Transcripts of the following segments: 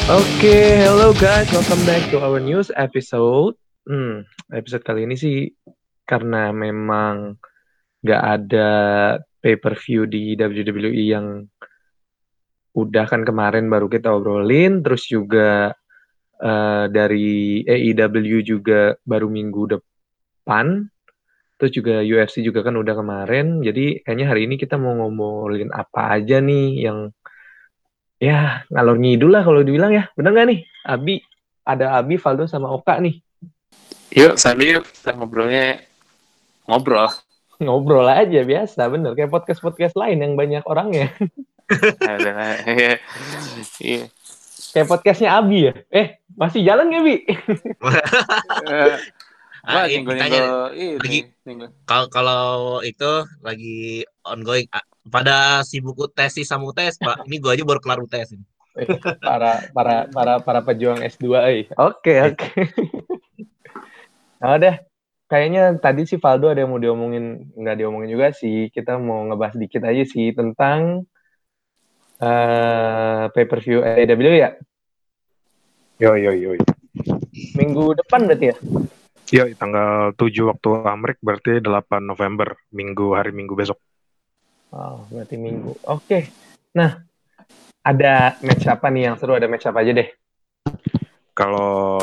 Hello guys, welcome back to our news episode. Episode kali ini sih karena memang nggak ada pay-per-view di WWE yang udah kan kemarin baru kita obrolin, terus juga dari AEW juga baru minggu depan, terus juga UFC juga kan udah kemarin. Jadi kayaknya hari ini kita mau ngomongin apa aja nih yang ya ngalor ngidul lah kalau dibilang ya, bener nggak nih? Ada Abi, Valdo sama Oka nih. Yuk, sambil kita ngobrol. Ngobrol aja biasa, bener. Kayak podcast-podcast lain yang banyak orangnya. Iya. Kayak podcastnya Abi ya. Masih jalan gak, Bi? Wah, Ditanya lagi kalau itu lagi ongoing. Pada sibuk UTS sama UTS, Pak. Ini gue aja baru kelar UTS ini. Para pejuang S2, Oke. Nah, udah. Kayaknya tadi si Valdo ada yang mau diomongin, nggak diomongin juga sih. Kita mau ngebahas dikit aja sih tentang pay-per-view AEW ya. Yo. Minggu depan berarti ya? Yo, tanggal 7 waktu Amerik berarti 8 November, hari Minggu besok. Oh, berarti Minggu. Oke. Nah, ada match apa nih yang seru? Ada match apa aja deh? Kalau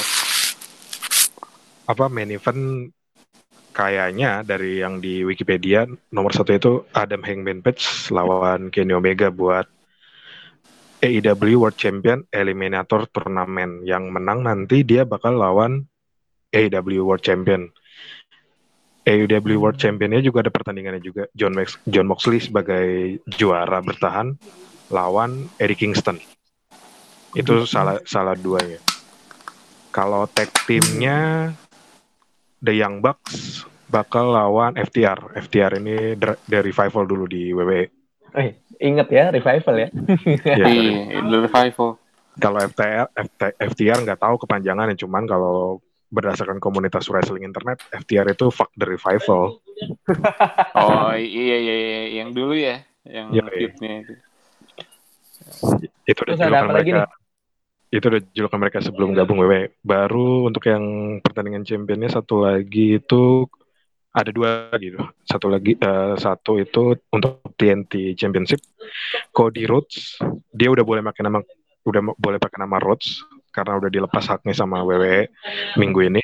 main event kayaknya dari yang di Wikipedia nomor 1 itu Adam Hangman Page lawan Kenny Omega buat AEW World Champion Eliminator Tournament. Yang menang nanti dia bakal lawan AEW World Champion. AEW World Championnya juga ada pertandingannya juga. John Moxley sebagai juara bertahan lawan Eddie Kingston. Itu salah duanya. Kalau tag timnya The Young Bucks bakal lawan FTR. FTR ini The Revival dulu di WWE. Ingat ya, Revival ya. The Revival. Kalau FTR nggak tahu kepanjangannya, cuman kalau berdasarkan komunitas wrestling internet, FTR itu Fuck the Revival. Oh iya, yang dulu ya, yang hipnya itu. Itu udah julukan mereka. Itu udah julukan mereka sebelum gabung WWE. Baru untuk yang pertandingan championnya satu lagi itu ada 2 gitu. Satu itu untuk TNT Championship. Cody Rhodes, dia udah boleh pakai nama Rhodes karena udah dilepas haknya sama WWE minggu ini.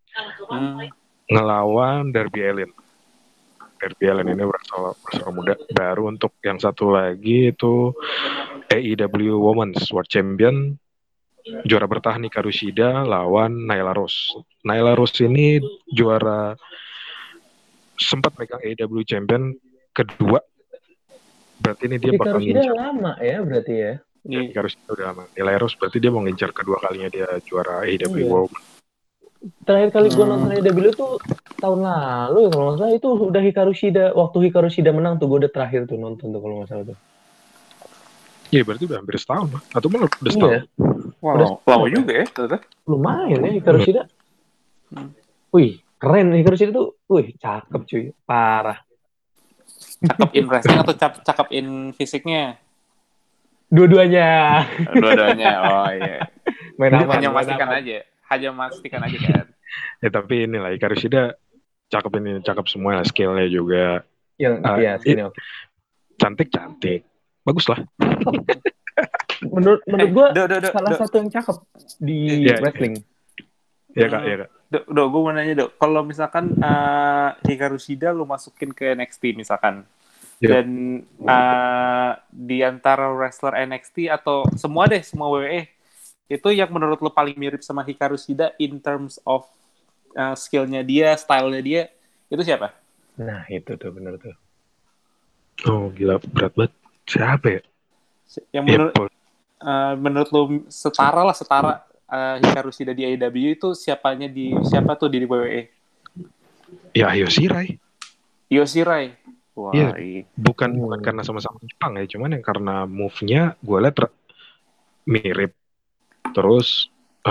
Ngelawan Darby Allin. Darby Allin ini wrestler muda. Baru untuk yang satu lagi itu AEW Women's World Champion, juara bertahan Hikaru Shida lawan Nyla Rose. Nyla Rose ini juara, sempat megang AEW Champion kedua. Berarti ini dia bakal ngincar. Lama ya berarti ya. Hikaru Shida udah lama. Nyla Rose berarti dia mau ngincar kedua kalinya dia juara AEW Women. Terakhir kali gue nonton AEW tuh tahun lalu ya kalau nggak salah, itu udah Hikaru Shida. Waktu Hikaru Shida menang tuh gue udah terakhir tuh nonton tuh kalau nggak salah tuh. Iya berarti udah hampir setahun lah. Atau malah udah setahun. Iya. Wow, lama juga ya ternyata. Lumayan ya Hikaru Shida. Wih, keren Hikaru Shida tuh. Wih, cakep cuy. Parah. Cakep in wrestling atau cakep in fisiknya? Dua-duanya. Oh iya. Hanya memastikan aja kan. Ya tapi inilah Hikaru Shida cakep semua lah, skillnya juga. Skillnya oke. Cantik. Bagus lah. menurut gue salah satu yang cakep di wrestling. Iya kak. Gue mau nanya kalau misalkan Hikaru Shida lu masukin ke NXT misalkan, dan di antara wrestler NXT atau semua WWE, itu yang menurut lu paling mirip sama Hikaru Shida in terms of skillnya dia, stylenya dia, itu siapa? Nah itu tuh bener tuh. Oh gila, berat banget. Siapa ya? Yang menurut lu setara Hikaru Shida di AEW itu siapa tuh di WWE? Ya Yoshirai. Wah, iya. Bukan karena sama-sama Jepang ya, cuman yang karena move-nya gue liat mirip. Terus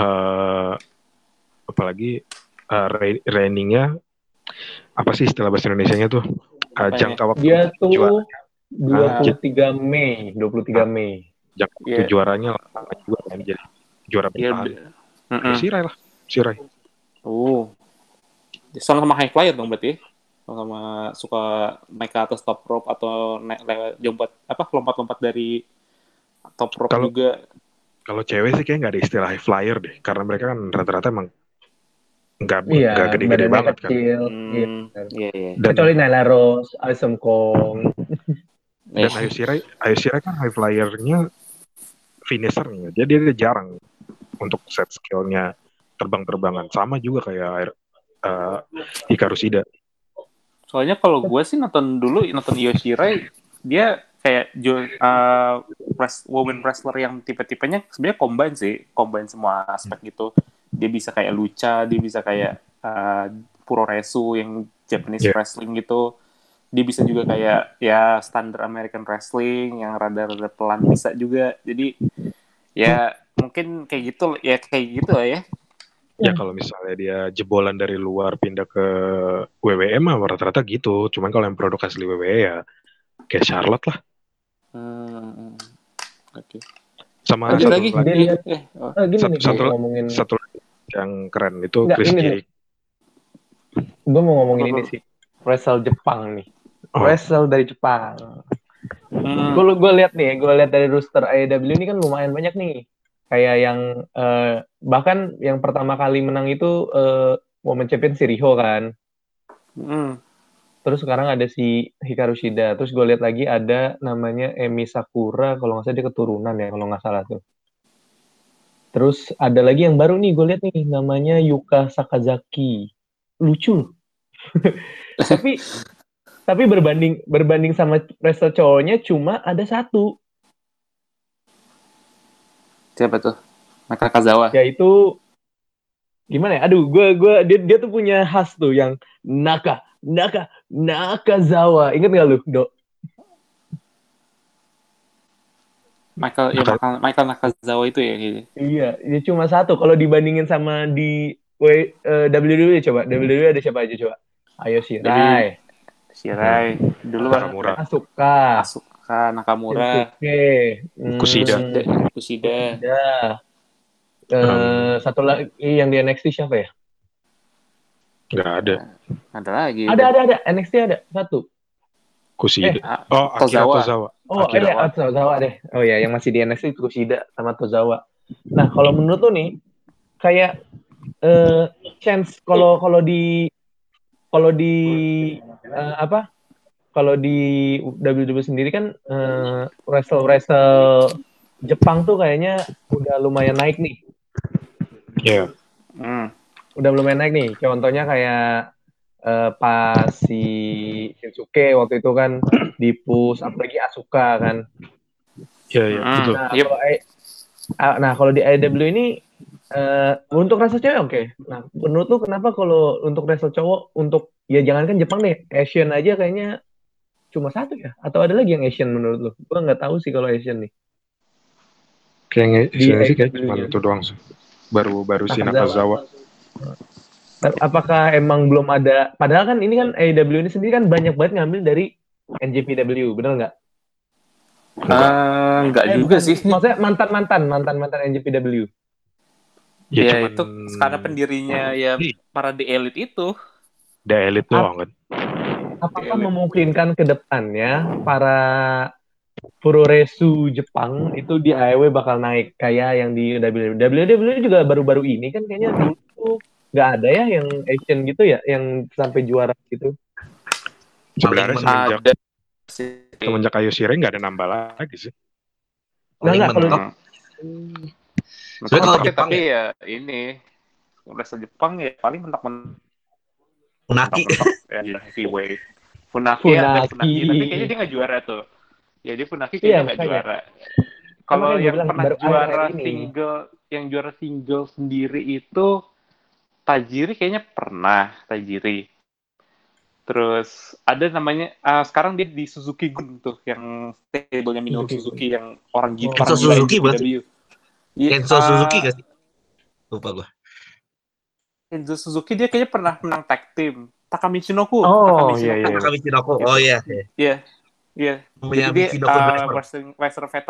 apalagi reigningnya apa sih istilah bahasa Indonesianya tuh? Jangka waktu dia tuh 23 Mei. Itu juaranya lama juga kan, jadi juara bertahan. Shirai. Oh, sama high flyer dong berarti? Sama suka naik ke atas top rope atau lompat dari top rope juga. Kalau cewek sih kayak nggak ada istilah high flyer deh, karena mereka kan rata-rata emang nggak gede-gede banget kecil. kan. Iya. Kecuali Nyla Rose, Awesome Kong. Dan Ayo Shirai kan high flyernya finishernya, jadi dia jarang untuk set skillnya terbang-terbangan, sama juga kayak Hikaru Shida. Soalnya kalau gue sih nonton Io Shirai, dia kayak women wrestler yang tipe-tipenya sebenarnya combine semua aspek gitu. Dia bisa kayak lucha, dia bisa kayak puroresu yang Japanese wrestling gitu. Dia bisa juga kayak ya standar American wrestling yang rada-rada pelan bisa juga. Jadi ya mungkin kayak gitu lah ya. Ya kalau misalnya dia jebolan dari luar pindah ke WWE mah rata-rata gitu. Cuman kalau yang produk asli WWE ya kayak Charlotte lah. Oke. Sama lanjut satu lagi. Satu lagi yang keren itu Chris Jericho. Gue mau ngomongin ini sih, wrestle Jepang nih. Wrestle dari Jepang. Gue lihat dari roster AEW ini kan lumayan banyak nih. Kayak yang bahkan yang pertama kali menang itu Women Champion si Riho kan. Terus sekarang ada si Hikaru Shida. Terus gue lihat lagi ada namanya Emi Sakura, kalau nggak salah dia keturunan ya, kalau nggak salah tuh. Terus ada lagi yang baru nih, gue lihat nih namanya Yuka Sakazaki. Lucu. tapi berbanding sama wrestler cowoknya cuma ada satu. Siapa tuh? Nakakazawa. Yaitu gimana ya? Aduh, dia tuh punya khas tuh yang Nakazawa. Ingat nggak lu, Dok? Michael Nakazawa itu ya. Iya, dia cuma satu. Kalau dibandingin sama di WWE coba. WWE ada siapa aja coba? Ayo Shirai. Dulu Nakamura. Asuka, Nakamura. Kushida. Satu lagi yang di NXT siapa ya? Nggak ada. Ada lagi. Ada. NXT ada satu. Kushida. Akira Tozawa. Tozawa deh. Oh ya, yang masih di NXT itu Kushida sama Tozawa. Nah, kalau menurut lo nih, kayak chance kalau di WWE sendiri kan wrestle Jepang tuh kayaknya udah lumayan naik nih. Iya. Udah lumayan naik nih. Contohnya kayak pas si Shinsuke waktu itu kan di-push, apalagi Asuka kan. Iya, betul. Nah, kalau di AEW ini untuk wrestle cewek oke. Nah, menurut lu kenapa kalau untuk wrestle cowok untuk ya jangankan Jepang deh, Asian aja kayaknya cuma satu ya? Atau ada lagi yang Asian menurut lu? Gua nggak tahu sih kalau Asian nih. Kayaknya sih kayak cuma itu doang sih. Baru si Nakazawa. Apakah emang belum ada? Padahal kan ini kan AEW ini sendiri kan banyak banget ngambil dari NJPW, bener nggak? Enggak juga sih. Maksudnya mantan NJPW. Ya itu karena pendirinya ya para The Elite itu. The Elite doang kan. Apakah memungkinkan ke depannya para puroresu Jepang itu di AEW bakal naik kayak yang di WWE? WWE juga baru-baru ini kan kayaknya dulu nggak ada ya yang Asian gitu ya, yang sampai juara gitu. Sebenarnya semenjak Ayo Shirai nggak ada nambah lagi sih. Nggak kalau Jepang tapi ya ini wrestler Jepang ya paling mentok-mentok Funaki ya heavyweight. Funaki tapi kayaknya dia nggak juara tuh. Ya dia Funaki kayaknya nggak juara. Kalau yang pernah juara single sendiri itu Tajiri kayaknya pernah Tajiri. Terus ada namanya sekarang dia di Suzuki Gun tuh yang stable-nya Minoru Suzuki yang orang gitu. Kenzo Suzuki berarti. Kenzo Suzuki gak sih? Lupa gue. Kenzo Suzuki dia kayaknya pernah menang tag team. Takami Shinoku. Takami Shinoku. Oh iya. Iya. Jadi dia wrestler veteran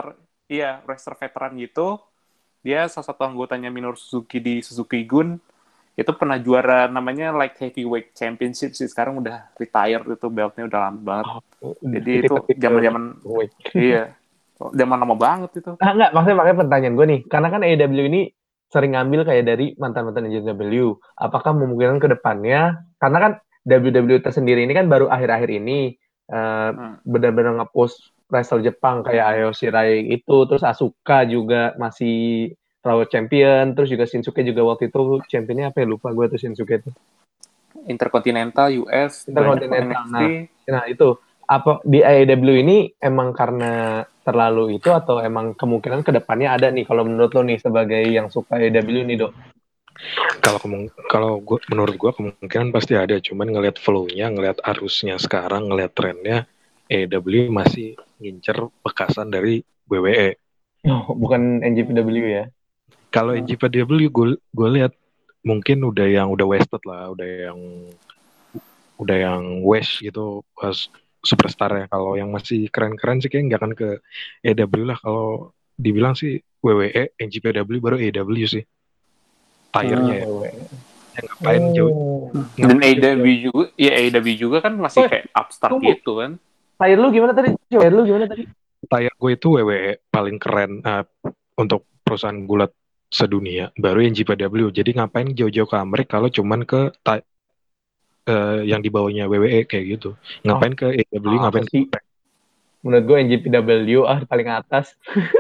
wrestler veteran gitu. Dia salah satu anggotanya Minoru Suzuki di Suzuki Gun. Itu pernah juara namanya Light Heavyweight Championship sih. Sekarang udah retired, itu beltnya udah lama banget. Jadi itu zaman-zaman zaman lama banget itu. Enggak, makanya pertanyaan gue nih. Karena kan AEW ini sering ngambil kayak dari mantan-mantan AEW. Apakah memungkinkan ke depannya, karena kan WWE tersendiri ini kan baru akhir-akhir ini benar-benar nge-post wrestler Jepang kayak Io Shirai itu, terus Asuka juga masih Raw Champion, terus juga Shinsuke juga waktu itu championnya apa ya, lupa gue tuh Shinsuke itu. Intercontinental US, Intercontinental. Nah itu apa di AEW ini emang karena terlalu itu atau emang kemungkinan kedepannya ada nih kalau menurut lo nih sebagai yang suka AEW nih, Dok? Kalau menurut gue kemungkinan pasti ada, cuman ngelihat flow-nya, ngelihat arusnya sekarang, ngelihat trennya, AEW masih ngincer bekasan dari WWE. Oh, bukan NJPW ya? Kalau NJPW gue lihat mungkin udah wasted lah, udah yang waste gitu pas superstar ya. Kalau yang masih keren-keren sih kayaknya nggak akan ke AEW lah. Kalau dibilang sih WWE, NJPW baru AEW sih. Tire-nya ya. Ngapain jauh? Dan AEW juga kan masih kayak upstart gitu kan. Tire lu gimana tadi? Tire gue itu WWE paling keren untuk perusahaan gulat sedunia, baru NJPW. Jadi ngapain jauh-jauh ke Amerika kalau cuman ke yang di bawahnya WWE kayak gitu. Ngapain ke AEW, ngapain ke menurut gue NJPW paling atas.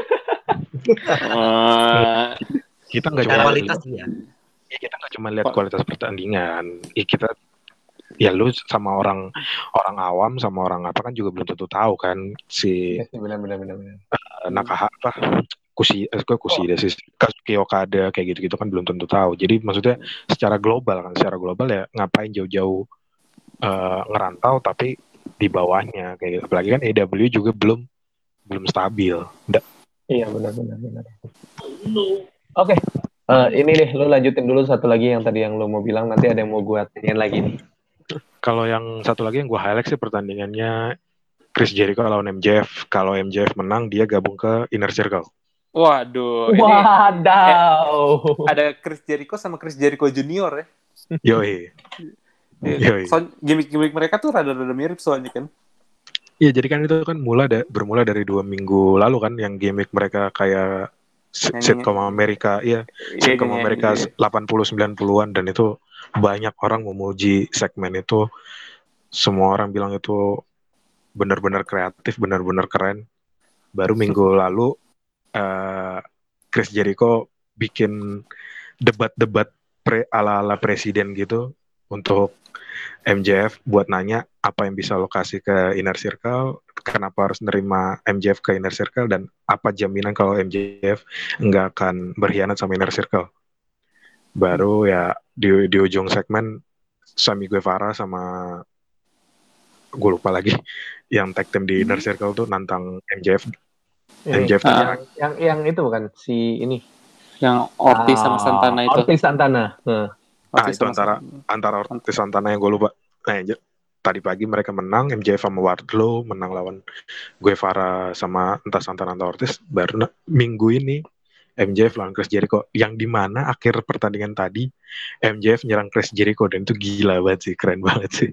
Kita nggak cuma kualitas kita nggak cuma lihat kualitas pertandingan. Lu sama orang awam sama orang apa kan juga belum tentu tahu kan si benar. Nakaha Kushida sih, Kazuki Okada kayak gitu-gitu kan belum tentu tahu. Jadi maksudnya secara global ya ngapain jauh-jauh ngerantau tapi di bawahnya kayak gitu. Apalagi kan AEW juga belum stabil. Iya benar. Oke. Ini deh, lo lanjutin dulu satu lagi yang tadi yang lo mau bilang, nanti ada yang mau gue tanyain lagi nih. Kalau yang satu lagi yang gue highlight sih pertandingannya Chris Jericho lawan MJF. Kalau MJF menang, dia gabung ke Inner Circle. Waduh. Wadaw. Ada Chris Jericho sama Chris Jericho Junior ya. Yoi. Gimmick mereka tuh rada-rada mirip soalnya kan. Iya, jadi kan itu kan bermula dari 2 minggu lalu kan, yang gimmick mereka kayak sitcom Amerika, sitcom Amerika 80-90-an, dan itu banyak orang memuji segmen itu. Semua orang bilang itu benar-benar kreatif, benar-benar keren. Baru minggu lalu Chris Jericho bikin debat-debat ala-ala presiden gitu untuk MJF buat nanya apa yang bisa lo kasih ke Inner Circle, kenapa harus nerima MJF ke Inner Circle, dan apa jaminan kalau MJF nggak akan berkhianat sama Inner Circle. Baru ya di ujung segmen Sammy Guevara sama gue lupa lagi yang tag team di Inner Circle tuh nantang MJF. MJF yang itu bukan si ini yang Ortiz sama Santana itu. Ortiz Santana. Itu antara Ortiz Santana yang gue lupa. Tadi pagi mereka menang, MJF sama Wardlow menang lawan Guevara sama entah Santana atau Ortiz. Baru minggu ini MJF lawan Chris Jericho, yang dimana akhir pertandingan tadi MJF nyerang Chris Jericho, dan itu gila banget sih, keren banget sih.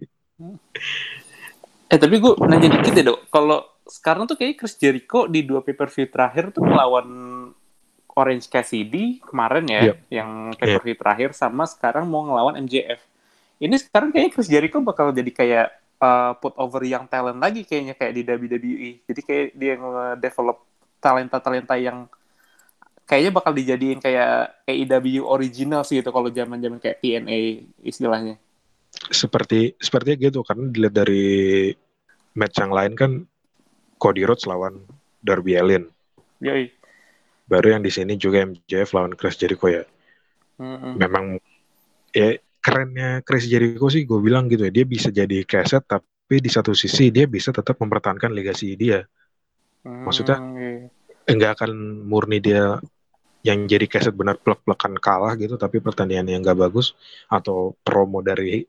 Tapi gue nanya dikit ya, Dok. Kalau sekarang tuh kayak Chris Jericho di 2 pay-per-view terakhir tuh melawan Orange Cassidy kemarin ya, yang pay-per-view terakhir, sama sekarang mau ngelawan MJF. Ini sekarang kayaknya Chris Jericho bakal jadi kayak put over young talent lagi kayaknya, kayak di WWE. Jadi kayak dia nge-develop talenta-talenta yang kayaknya bakal dijadiin kayak AEW original sih itu kalau zaman-zaman kayak TNA istilahnya. Sepertinya gitu, karena dilihat dari match yang lain kan Cody Rhodes lawan Darby Allin. Yoi. Baru yang di sini juga MJF lawan Chris Jericho ya. Memang ya kerennya Chris Jericho sih gue bilang gitu ya, dia bisa jadi keset tapi di satu sisi dia bisa tetap mempertahankan legasi dia. Maksudnya enggak akan murni dia yang jadi keset benar plek-plekan kalah gitu, tapi pertandingan yang nggak bagus atau promo dari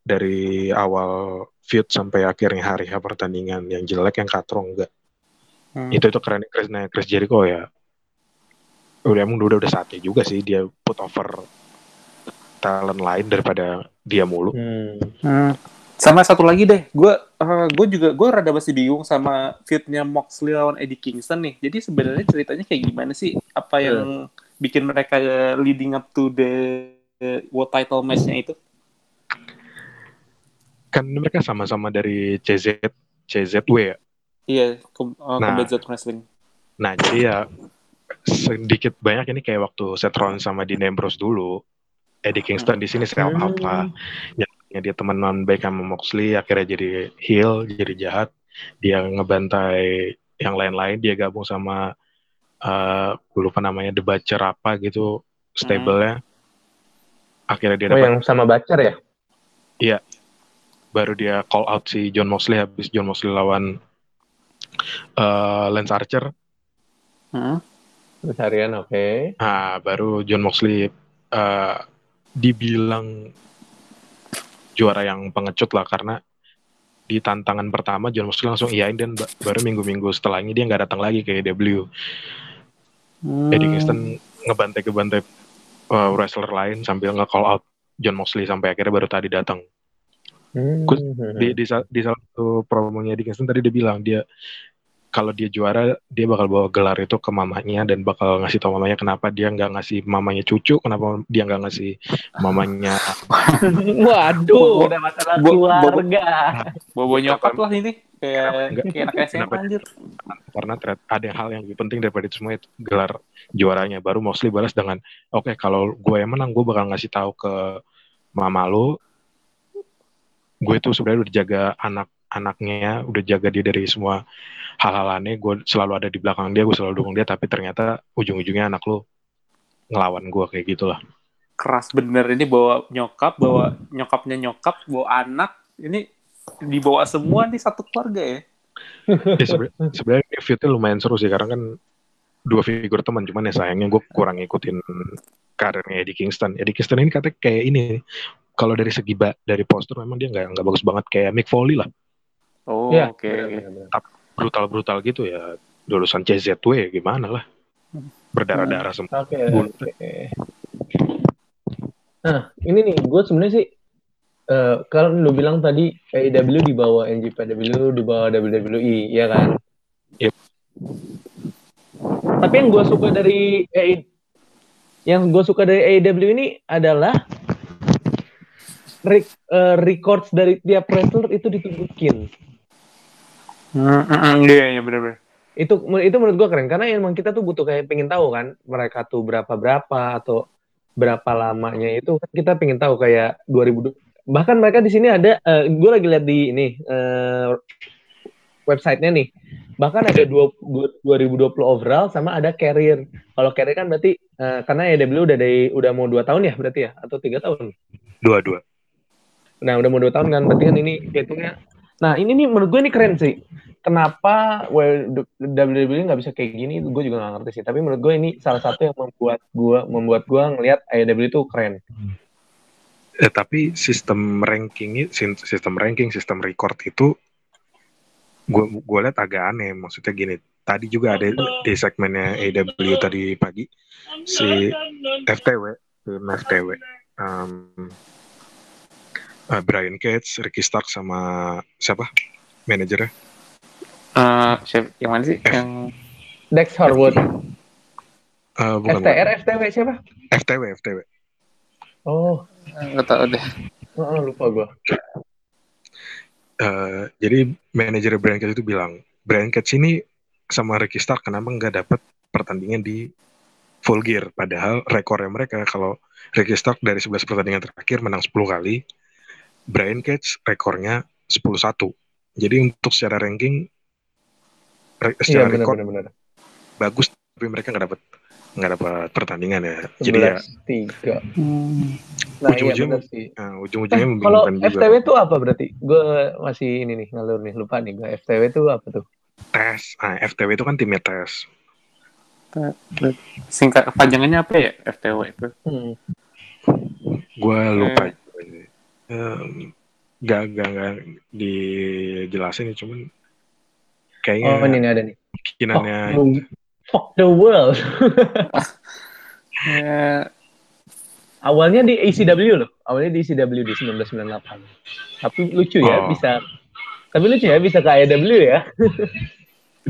dari awal feud sampai akhirnya hari pertandingan yang jelek, yang katrong, enggak. Itu keren Chris Jericho ya. Udah saatnya juga sih dia put over talent lain daripada dia mulu. Sama satu lagi deh, gue rada masih bingung sama feud-nya Moxley lawan Eddie Kingston nih. Jadi sebenarnya ceritanya kayak gimana sih? Apa yang bikin mereka leading up to the world title match-nya itu? Kan mereka sama-sama dari CZW ya. Iya, Combat Zone Wrestling. Nah jadi ya sedikit banyak ini kayak waktu Seth Rollins sama Dean Ambrose dulu. Eddie Kingston di sini sell out lah. Ya dia temenan baik sama Moxley, akhirnya jadi heel, jadi jahat. Dia ngebantai yang lain-lain, dia gabung sama gue lupa namanya The Butcher apa gitu, stable-nya. Akhirnya dia dapat yang sama Butcher ya? Iya. Baru dia call out si John Moxley habis John Moxley lawan Lance Archer. Harian oke. Nah, baru John Moxley dibilang juara yang pengecut lah, karena di tantangan pertama John Moxley langsung iyain, dan baru minggu-minggu setelahnya dia nggak datang lagi ke AEW. Eddie Kingston ngebantai wrestler lain sambil nge-call out John Moxley sampai akhirnya baru tadi datang. Di salah satu promonya Eddie Kingston tadi dia bilang kalau dia juara dia bakal bawa gelar itu ke mamanya dan bakal ngasih tau mamanya kenapa dia nggak ngasih mamanya cucu, kenapa dia nggak ngasih mamanya. Waduh, udah masalah keluarga. Bobo nyokap lah ini, kayak anak SMA anjir. Karena ada hal yang lebih penting daripada itu semua, itu gelar juaranya. Baru Moxley balas dengan oke, kalau gue yang menang gue bakal ngasih tahu ke mama lu, gue tuh sebenarnya udah jaga anaknya, udah jaga dia dari semua hal-hal aneh, gue selalu ada di belakang dia, gue selalu dukung dia, tapi ternyata ujung-ujungnya anak lu ngelawan gue, kayak gitulah. Keras bener ini, bawa nyokapnya nyokap, bawa anak, ini dibawa semua nih satu keluarga ya. Sebenarnya feud-nya lumayan seru sih, karena kan dua figur teman, cuman ya sayangnya gue kurang ngikutin karirnya Eddie Kingston. Eddie Kingston ini katanya kayak ini, kalau dari segi dari postur memang dia nggak bagus banget, kayak Mick Foley lah. Oh ya, oke. Brutal gitu ya, lulusan CZW gimana lah, berdarah-darah semua. Oke. Nah ini nih, gue sebenarnya sih kalau lu bilang tadi AEW di bawah NJPW, di bawah WWE, ya kan? Yep. Tapi yang gue suka dari AEW ini adalah records dari tiap wrestler itu ditunjukin. Iya benar-benar. Itu menurut gue keren, karena emang kita tuh butuh kayak pengen tahu kan mereka tuh berapa atau berapa lamanya, itu kan kita pengen tahu kayak 2000. Bahkan mereka di sini ada, gue lagi lihat di ini websitenya nih, bahkan ada 2020 overall sama ada career. Kalau career kan berarti karena AEW udah mau 2 tahun ya berarti ya, atau 3 tahun? 2. Nah udah mau 2 tahun kan, berarti kan ini hitungnya. Nah ini nih menurut gue ini keren sih. Kenapa WWE nggak bisa kayak gini? Gue juga nggak ngerti sih. Tapi menurut gue ini salah satu yang membuat gue ngelihat AEW itu keren. Tapi sistem ranking, sistem record itu gue lihat agak aneh. Maksudnya gini, tadi juga ada di segmennya AEW tadi pagi si FTW, Brian Cage, Ricky Stark sama siapa manajernya? Yang mana sih? Yang Dex Harwood. Bukan. FTW siapa? FTW. Oh, nggak tahu deh. Lupa gue. Jadi manajer Brian Cage itu bilang, Brian Cage ini sama Ricky Stark kenapa nggak dapat pertandingan di Full Gear, padahal rekornya mereka, kalau Ricky Stark dari 11 pertandingan terakhir menang 10 kali, Brian Cage rekornya 10-1. Jadi untuk secara ranking, secara rekor bagus, tapi mereka nggak dapat pertandingan ya. Jadi ya 11-3. Nah, ujung-ujungnya membingungkan kalau juga. FTW itu apa berarti? Gue masih ini nih ngalur nih, lupa nih gue. FTW itu apa tuh? Tes. FTW itu kan timnya Tes. Singkat panjangannya apa ya FTW itu? Gue lupa. Gak dijelasin, cuman kayaknya ini ada nih. kemungkinannya. Fuck the world. Awalnya di ECW loh. Awalnya di ECW di 1998. Tapi lucu ya bisa. Tapi lucu ya bisa ke AEW ya. Di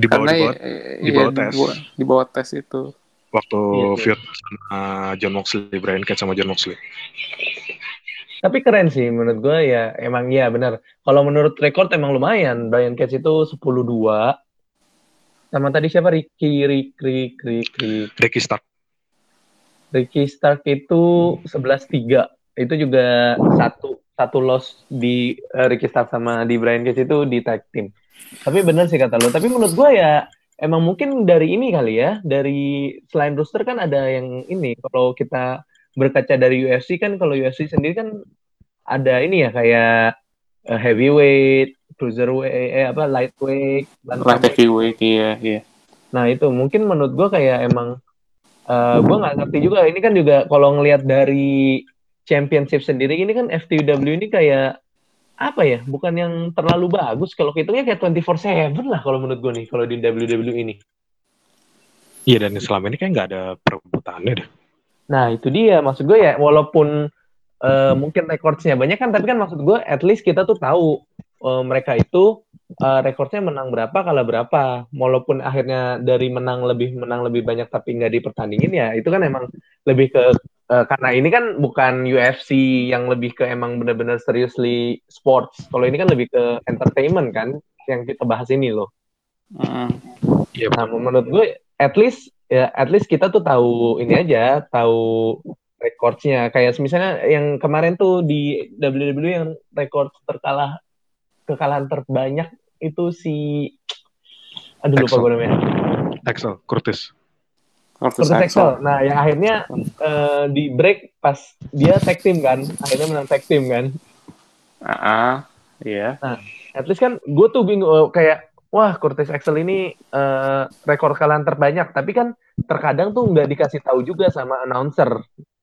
bawah tes itu. Waktu feud sama John Moxley, Brian Cage sama John Moxley. Tapi keren sih menurut gue ya. Emang ya benar. Kalau menurut rekor emang lumayan. Brian Cage itu 10-2. Sama tadi siapa? Ricky Stark. Ricky Stark itu 11-3. Itu juga satu loss di Ricky Stark sama di Brian Cage itu di tag team. Tapi benar sih kata lo. Tapi menurut gue ya emang mungkin dari ini kali ya. Dari selain roster kan ada yang ini. Kalau kita berkaca dari UFC kan, kalau UFC sendiri kan ada ini ya kayak heavyweight, cruiserweight, lightweight, heavyweight, iya. Nah itu mungkin menurut gue kayak emang gue nggak ngerti juga. Ini kan juga kalau ngelihat dari championship sendiri ini kan FTW ini kayak apa ya? Bukan yang terlalu bagus. Kalau hitungnya kayak 24/7 lah kalau menurut gue nih kalau di WWE ini. Iya, dan selama ini kayak nggak ada perebutannya deh. Nah itu dia maksud gue ya, walaupun mungkin rekornya banyak kan, tapi kan maksud gue at least kita tuh tahu mereka itu rekornya menang berapa kalah berapa. Walaupun akhirnya dari menang lebih banyak tapi nggak dipertandingin ya, itu kan emang lebih ke karena ini kan bukan UFC yang lebih ke emang benar-benar seriously sports. Kalau ini kan lebih ke entertainment kan yang kita bahas ini loh. Nah menurut gue at least kita tuh tahu ini aja, tahu rekornya. Kayak misalnya yang kemarin tuh di WWE yang rekor kekalahan terbanyak itu si lupa gue namanya. Axel Curtis Axel. Nah yang akhirnya di break pas dia tag team kan, akhirnya menang tag team kan. Iya. Nah at least kan gue tuh bingung kayak wah Curtis Axel ini rekor kekalahan terbanyak, tapi kan terkadang tuh nggak dikasih tahu juga sama announcer.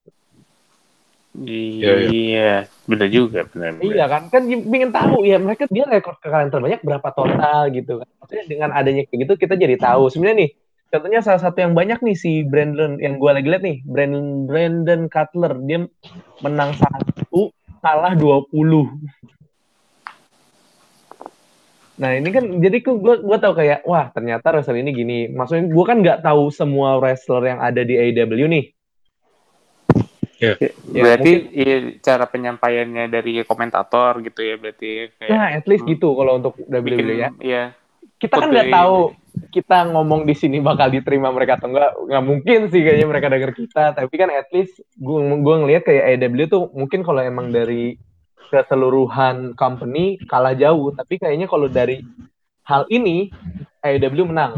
Iya, benar juga, benar. Iya kan ingin tahu ya mereka dia rekor kekalahan terbanyak berapa total gitu kan. Maksudnya dengan adanya kayak gitu kita jadi tahu. Sebenarnya nih, contohnya salah satu yang banyak nih si Brandon yang gue lagi lihat nih, Brandon Cutler dia menang 1, kalah 20. Nah ini kan jadi gue tahu kayak wah ternyata wrestler ini gini. Maksudnya gue kan nggak tahu semua wrestler yang ada di AEW nih. Berarti cara penyampaiannya dari komentator gitu ya berarti kayak. Nah at least gitu kalau untuk WWE ya. Iya. Kita kan nggak tahu kita ngomong di sini bakal diterima mereka atau nggak mungkin sih kayaknya mereka denger kita, tapi kan at least gue ngelihat kayak AEW tuh mungkin kalau emang dari keseluruhan company kalah jauh, tapi kayaknya kalau dari hal ini AEW menang.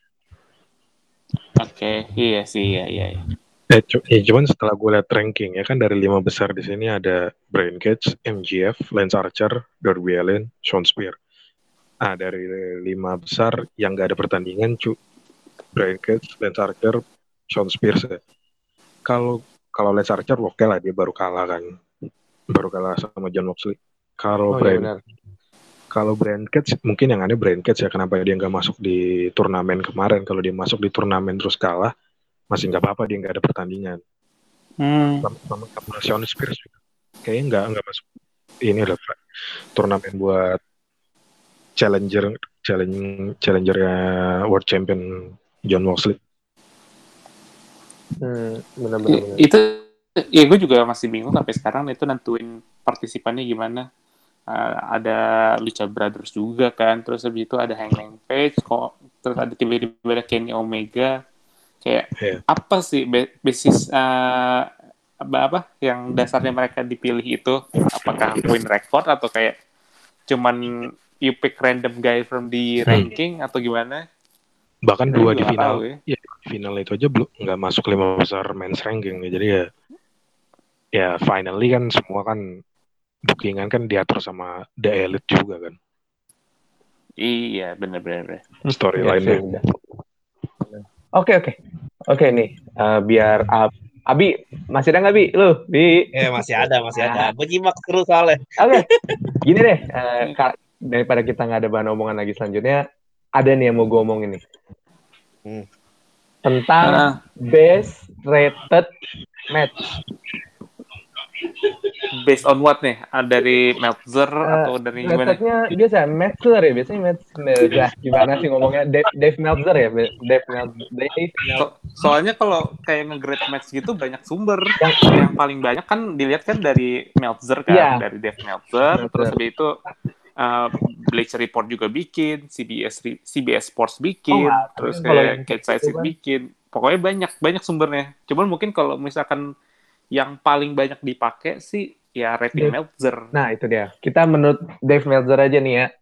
Oke, iya sih, iya. Cuman setelah gue lihat ranking ya kan dari 5 besar di sini ada Brian Cage, MJF, Lance Archer, Darby Allin, Shawn Spears. Dari 5 besar yang nggak ada pertandingan, Brian Cage, Lance Archer, Shawn Spears ya. Kalau Lance Archer oke lah, dia baru kalah sama John Moxley. Kalau Brian Cage mungkin yang aneh Brian Cage ya, kenapa dia nggak masuk di turnamen kemarin. Kalau dia masuk di turnamen terus kalah masih nggak apa-apa, dia nggak ada pertandingan. Sama Shawn Spears juga kayaknya nggak masuk ini adalah turnamen buat challenger World Champion John Moxley. Benar-benar. Itu ya gue juga masih bingung sampai sekarang itu nentuin partisipannya gimana. Ada Lucha Brothers juga kan, terus habis itu ada Hangman Page, terus ada tiba-tiba ada Kenny Omega. Kayak apa sih basis apa yang dasarnya mereka dipilih itu? Apakah win record atau kayak cuman you pick random guy from the ranking atau gimana? Bahkan 2 di final, di final itu aja belum nggak masuk 5 besar men's ranking ya. Jadi ya finally kan semua kan bookingan kan diatur sama The Elite juga kan. Iya benar. Storyline-nya. Oke nih, biar Abi masih ada nggak Bi? Lu Bi? Masih ada. Gue nyimak terus soalnya. Oke. Gini deh, daripada kita nggak ada bahan omongan lagi selanjutnya, ada nih yang mau gue omongin nih. Tentang best rated match. Based on what nih? Dari Meltzer atau dari gimana? Ratednya biasa Meltzer ya, biasanya Meltzer. Gimana sih ngomongnya? Dave Meltzer ya, Dave Meltzer. Soalnya kalau kayak nge-grade match gitu banyak sumber. Yang paling banyak kan dilihat kan dari Meltzer kan, dari Dave Meltzer. Terus habis itu Bleacher Report juga bikin, CBS Sports bikin, terus kayak Catch bikin. Pokoknya banyak sumbernya. Cuman mungkin kalau misalkan yang paling banyak dipakai sih ya rating Meltzer. Nah itu dia. Kita menurut Dave Meltzer aja nih ya.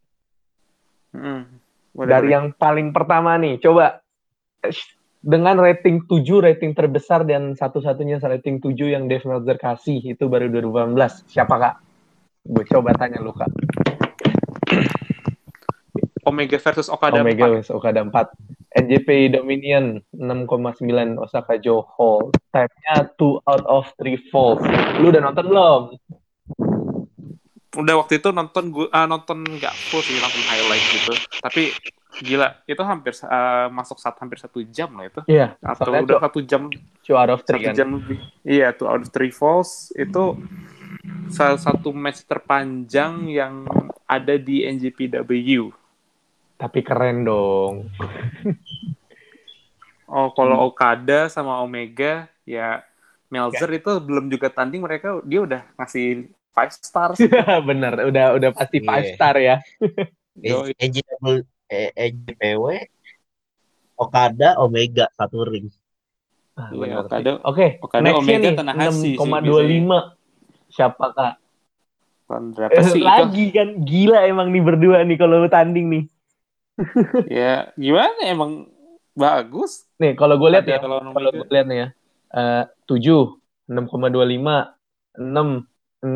Dari yang paling pertama nih, coba dengan rating 7, rating terbesar dan satu-satunya rating 7 yang Dave Meltzer kasih itu baru 2018. Siapa Kak? Gue coba tanya lu Kak. Omega versus Okada 4. Omega versus Okada 4. NJP Dominion 6,9 Osaka Joe Hall. Time-nya 2 out of 3 falls. Lu udah nonton belum? Udah waktu itu nonton nggak full sih, nonton highlight gitu. Tapi gila, itu hampir masuk hampir 1 jam lah itu. Iya. Atau udah 1 jam. 2 out of 3 kan? 1 jam lebih. Iya, 2 out of 3 falls itu salah satu match terpanjang yang ada di NJPW. Tapi keren dong. Kalau Okada sama Omega, ya Meltzer itu belum juga tanding dia udah ngasih 5 stars. Bener, udah pasti 5 star ya. NJPW, Okada, Omega 1 ring. Benar. Oke, nextnya nih 6,25. Siapa Kak? Lagi kan gila emang nih berdua nih kalau tanding nih. Ya gimana emang bagus. Nih kalau gue lihat ya, nih ya, 7, 6,25, 6,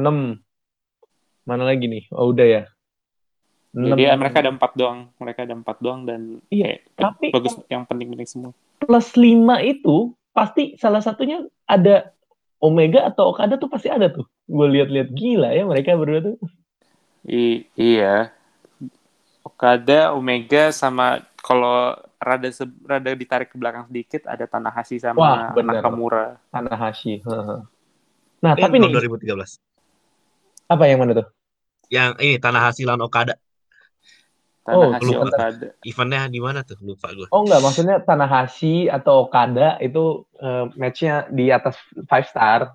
mana lagi nih? Oh udah ya. Jadi mereka ada 4 doang dan tapi bagus, yang penting-penting semua. Plus 5 itu pasti salah satunya ada Omega atau Okada tuh pasti ada tuh. Gue lihat-lihat gila ya mereka berdua tuh. Iya. Okada, Omega sama kalau rada ditarik ke belakang sedikit ada Tanahashi sama Nakamura. Tanahashi. Nah, tapi nih 2013. Apa yang mana tuh? Yang ini Tanahashi lawan Okada. Tanahashi Okada. Eventnya di mana tuh? Lupa gue. Oh enggak, maksudnya Tanahashi atau Okada itu match-nya di atas 5 star.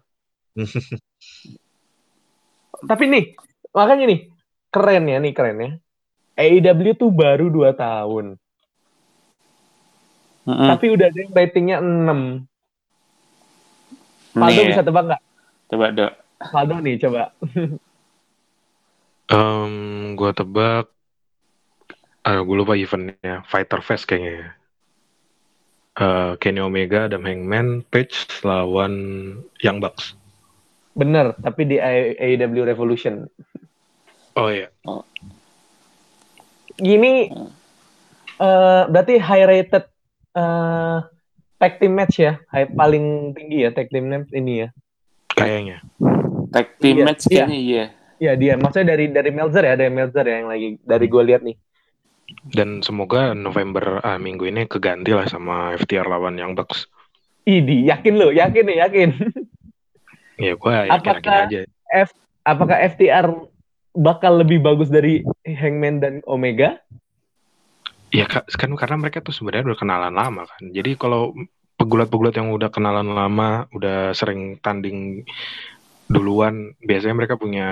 Tapi nih, makanya nih, keren ya. AEW tuh baru 2 tahun. Tapi udah ada yang ratingnya 6. Faldo bisa tebak nggak? Coba dong. Faldo nih, coba. Gue tebak. Gue lupa eventnya. Fighter Fest kayaknya. Kenny Omega, Adam Hangman, Page lawan Young Bucks. Bener, tapi di AEW Revolution. Oh iya. Gini, berarti high rated tag team match ya, paling tinggi ya tag team match ini ya. Kayaknya. Tag team match kayaknya iya. Iya dia, maksudnya dari Meltzer ya, yang lagi dari gue lihat nih. Dan semoga November minggu ini keganti lah sama FTR lawan Young Bucks. Yakin. Ya gue yakin aja. Apakah FTR bakal lebih bagus dari Hangman dan Omega? Ya kan karena mereka tuh sebenarnya udah kenalan lama kan. Jadi kalau pegulat-pegulat yang udah kenalan lama, udah sering tanding duluan, biasanya mereka punya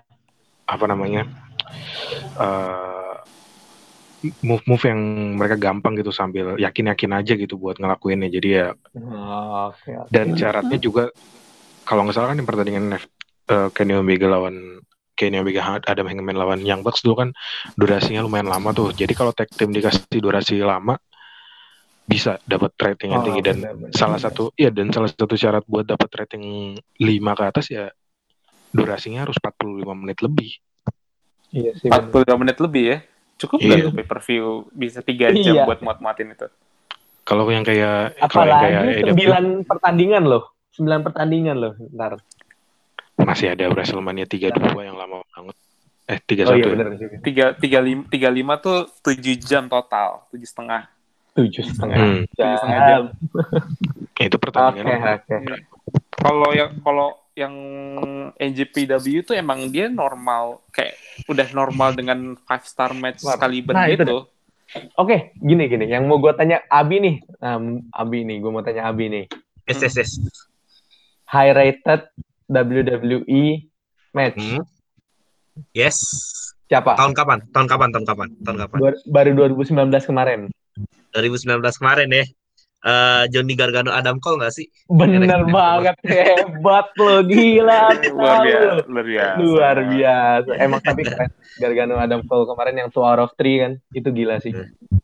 move yang mereka gampang gitu sambil yakin aja gitu buat ngelakuinnya. Jadi ya. Okay. Dan syaratnya juga kalau nggak salah kan yang pertandingan Kenny Omega Adam Hangman lawan Young Bucks dulu kan durasinya lumayan lama tuh. Jadi kalau tag team dikasih durasi lama bisa dapat rating yang tinggi. Dan salah satu syarat buat dapat rating 5 ke atas ya durasinya harus 45 menit lebih. Iya sih. 45 menit lebih ya. Cukup nggak pay-per-view bisa 3 jam buat muat-muatin itu. Kalau yang kayak apalagi 9 pertandingan loh. Ntar. Masih ada WrestleMania 32 yang lama banget. 31. 35 tuh 7 jam total, 7,5. 7,5 7,5 jam. jam. Itu pertandingannya. Oke. Kalau yang NJPW itu emang dia normal, kayak udah normal dengan 5-star match kaliber Nah, itu gitu. Oke, gini. Yang mau gue tanya Abi nih. Gue mau tanya Abi nih. Yes. High rated WWE match. Yes. Siapa? Tahun kapan? Baru 2019 kemarin. 2019 kemarin ya. Johnny Gargano Adam Cole nggak sih? Bener banget, hebat lo, gila. Luar biasa. Emang tapi keren. Gargano Adam Cole kemarin yang 2 out of 3 kan, itu gila sih.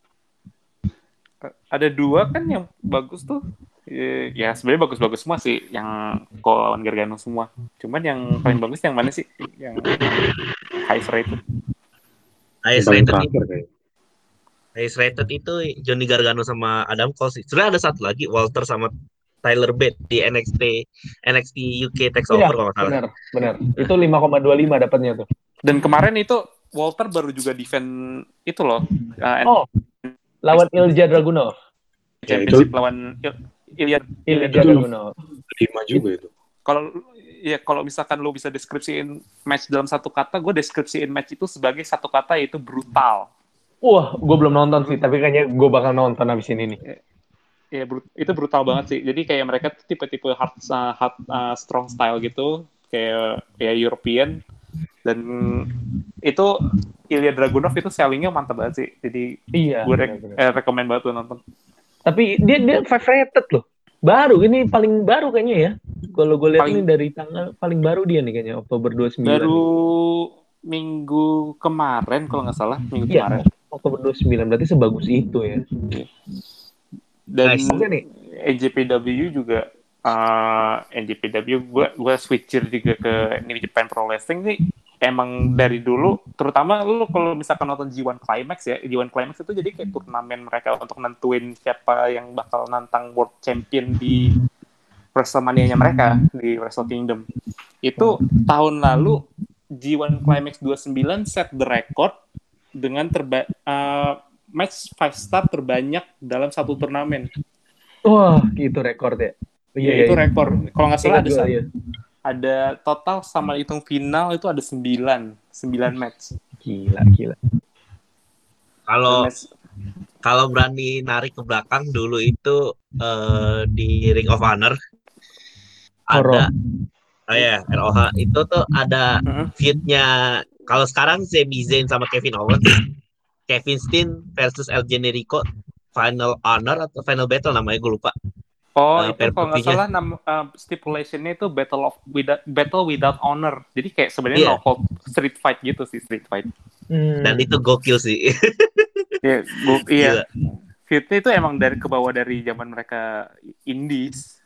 Ada 2 kan yang bagus tuh. Ya sebenarnya bagus-bagus semua sih, yang Cole lawan Gargano semua. Cuman yang paling bagus yang mana sih? Yang highest rated. Highest rated itu Johnny Gargano sama Adam Cole sih. Sebenarnya ada satu lagi, Walter sama Tyler Bate di NXT UK Takeover kalau nggak salah. Bener. Itu 5,25 dapatnya tuh. Dan kemarin itu Walter baru juga defend itu loh. Lawan Ilja Dragunov. Championship lawan Ilja Dragunov. 5 juga itu. Kalau misalkan lo bisa deskripsiin match dalam satu kata, gue deskripsiin match itu sebagai satu kata, yaitu brutal. Wah, gue belum nonton sih, tapi kayaknya gue bakal nonton abis ini nih. Ya, itu brutal banget sih. Jadi kayak mereka tuh tipe-tipe hard strong style gitu, kayak European. Dan itu Ilja Dragunov itu sellingnya mantap banget sih. Jadi gue rekomend banget lo nonton. Tapi dia 5 rated loh. Baru, ini paling baru kayaknya ya. Kalau gue lihat ini dari tanggal paling baru dia nih kayaknya, Oktober 29. Baru minggu kemarin kalau nggak salah, kemarin. Oktober 29, berarti sebagus itu ya. Dan NJPW juga, gue switcher juga ke New Japan Pro Wrestling nih. Emang dari dulu, terutama lu kalau misalkan nonton G1 Climax ya, G1 Climax itu jadi kayak turnamen mereka untuk nentuin siapa yang bakal nantang World Champion di WrestleMania-nya mereka di Wrestle Kingdom. Itu tahun lalu G1 Climax 29 set the record dengan match 5-star terbanyak dalam satu turnamen. Wah, itu rekor ya. Itu rekor. Kalau nggak salah ada total sama hitung final itu ada 9 match. Gila. Kalau berani narik ke belakang dulu itu di Ring of Honor ada ROH itu tuh ada feud-nya. Kalau sekarang Sami Zayn sama Kevin Owens, Kevin Steen versus El Generico, Final Honor atau Final Battle namanya, gue lupa. Itu kalau nggak salah stipulation-nya itu battle without honor. Jadi kayak sebenarnya no hold street fight gitu sih, street fight. Dan itu gokil sih. Iya. Feud-nya itu emang ke bawah dari zaman mereka indies.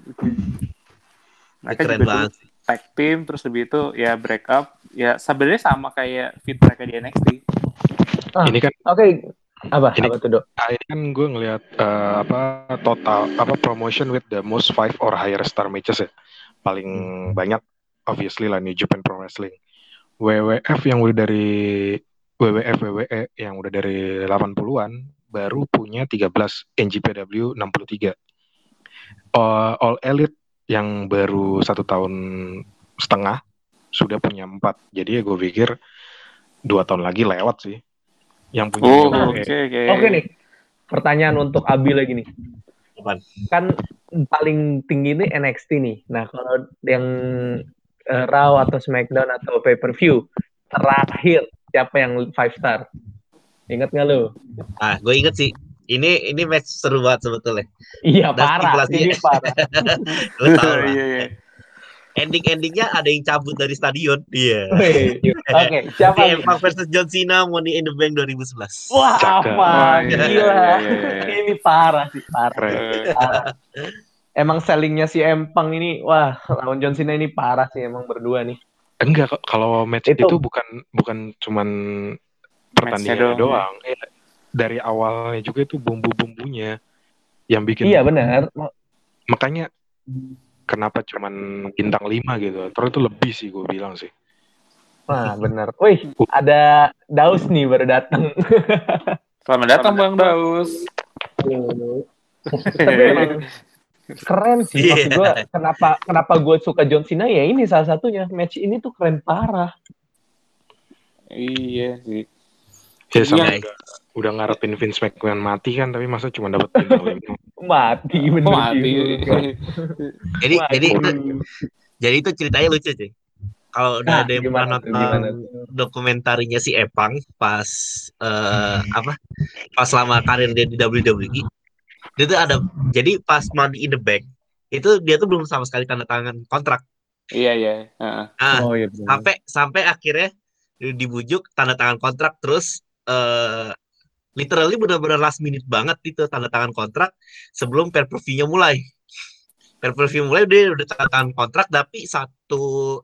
Mereka keren juga banget. Tag team, terus lebih itu ya break up. Ya sebenarnya sama kayak feud mereka di NXT. Ini kan Apa tuh, Dok? Ini kan gue ngelihat promotion with the most 5 or higher star matches ya. Paling banyak obviously lah New Japan Pro Wrestling. WWF yang udah dari WWE yang udah dari 80-an baru punya 13, NJPW 63. All Elite yang baru 1 tahun setengah sudah punya 4. Jadi ya gue pikir 2 tahun lagi lewat sih. Yang punya Oke nih. Pertanyaan untuk Abi lagi nih. Kan paling tinggi ini NXT nih. Nah, kalau yang Raw atau SmackDown atau pay-per-view terakhir siapa yang 5 star? Ingat nggak lo? Gue inget sih. Ini match seru banget sebetulnya. Iya, parah. Ini parah. Lo tahu lah. Ending-endingnya ada yang cabut dari stadion. Iya. Oke, siapa CM Punk versus John Cena Money in the Bank 2011. Wah, apa? Gila. Ini parah sih, parah. Emang sellingnya si Empang ini, wah, lawan John Cena ini parah sih emang berdua nih. Enggak, kalau match itu bukan cuman pertandingan doang. Dari awalnya juga itu bumbu-bumbunya yang bikin. Iya benar. Makanya kenapa cuman bintang 5 gitu. Terus itu lebih sih gue bilang sih. Wah, benar. Wih, ada Daus nih baru datang. Selamat datang Bang Daus. Tapi emang keren sih. Maksud gue, kenapa gue suka John Cena ya ini salah satunya. Match ini tuh keren parah. Iya sih. Ya sama Yang- udah ngarepin Vince McMahon mati kan, tapi masa cuma dapat bintang 5. Mati bener Kok mati? juga. Jadi itu ceritanya lucu sih. Kalau udah ada yang pernah gimana nonton tuh? dokumentarinya si Epang pas pas selama karir dia di WWE, dia tuh ada, jadi pas Money in the Bank itu dia tuh belum sama sekali tanda tangan kontrak. Iya. Oh iya bener. Sampai akhirnya dibujuk tanda tangan kontrak, terus literally benar-benar last minute banget itu tanda tangan kontrak sebelum pay-per-view-nya mulai. Pay-per-view mulai dia udah tanda tangan kontrak, tapi satu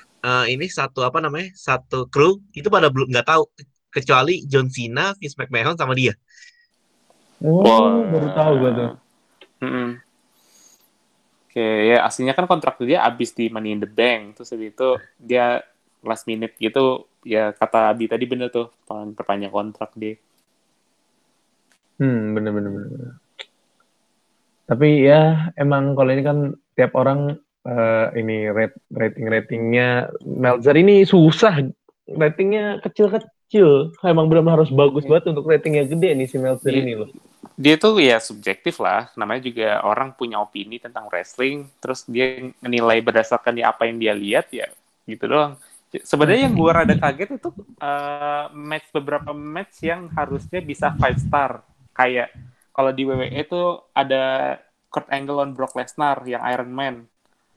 kru itu pada belum, nggak tahu kecuali John Cena, Vince McMahon sama dia. Baru tahu gue tuh. Oke, ya aslinya kan kontrak dia abis di Money in the Bank, terus habis itu dia last minute gitu, ya kata Abi tadi bener tuh, perpanjang kontrak dia. Bener. Tapi ya emang kalau ini kan tiap orang ini ratingnya Meltzer ini susah, ratingnya kecil. Emang benar-benar harus bagus banget untuk ratingnya gede nih si Meltzer ini loh. Dia tuh ya subjektif lah, namanya juga orang punya opini tentang wrestling, terus dia menilai berdasarkan apa yang dia lihat ya gitu doang. Sebenarnya yang gue rada kaget itu beberapa match yang harusnya bisa 5 star, kayak kalau di WWE tuh ada Kurt Angle lawan Brock Lesnar yang Iron Man.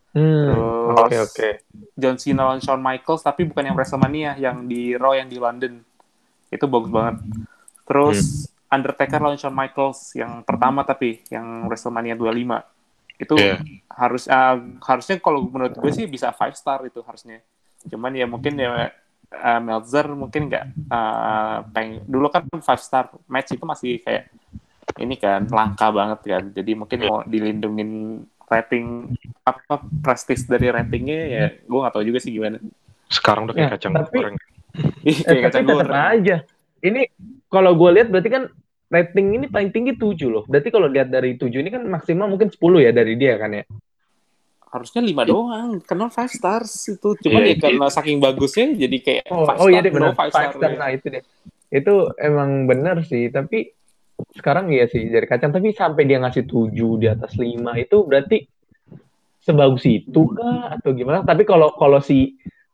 Terus John Cena lawan Shawn Michaels, tapi bukan yang WrestleMania, yang di Raw yang di London. Itu bagus banget. Terus Undertaker lawan Shawn Michaels yang pertama, tapi yang WrestleMania 25. Itu harusnya kalau menurut gue sih bisa 5 star itu harusnya. Cuman ya mungkin ya Meltzer mungkin nggak dulu kan 5 star match itu masih kayak ini kan langka banget kan, jadi mungkin mau dilindungin rating prestis dari ratingnya ya gue nggak tahu juga sih gimana. Sekarang udah kayak kacang goreng. Kayak kacang goreng aja. Ini kalau gue lihat berarti kan rating ini paling tinggi 7 loh. Berarti kalau lihat dari 7 ini kan maksimal mungkin 10 ya dari dia kan ya. Harusnya 5 doang, karena 5 stars itu. Cuman ya karena saking bagusnya jadi kayak 5 star. Iya deh benar, 5 star. Nah itu deh. Itu emang benar sih, tapi sekarang ya sih dari kacang, tapi sampai dia ngasih 7 di atas 5 itu berarti sebagus itu kah atau gimana? Tapi kalau si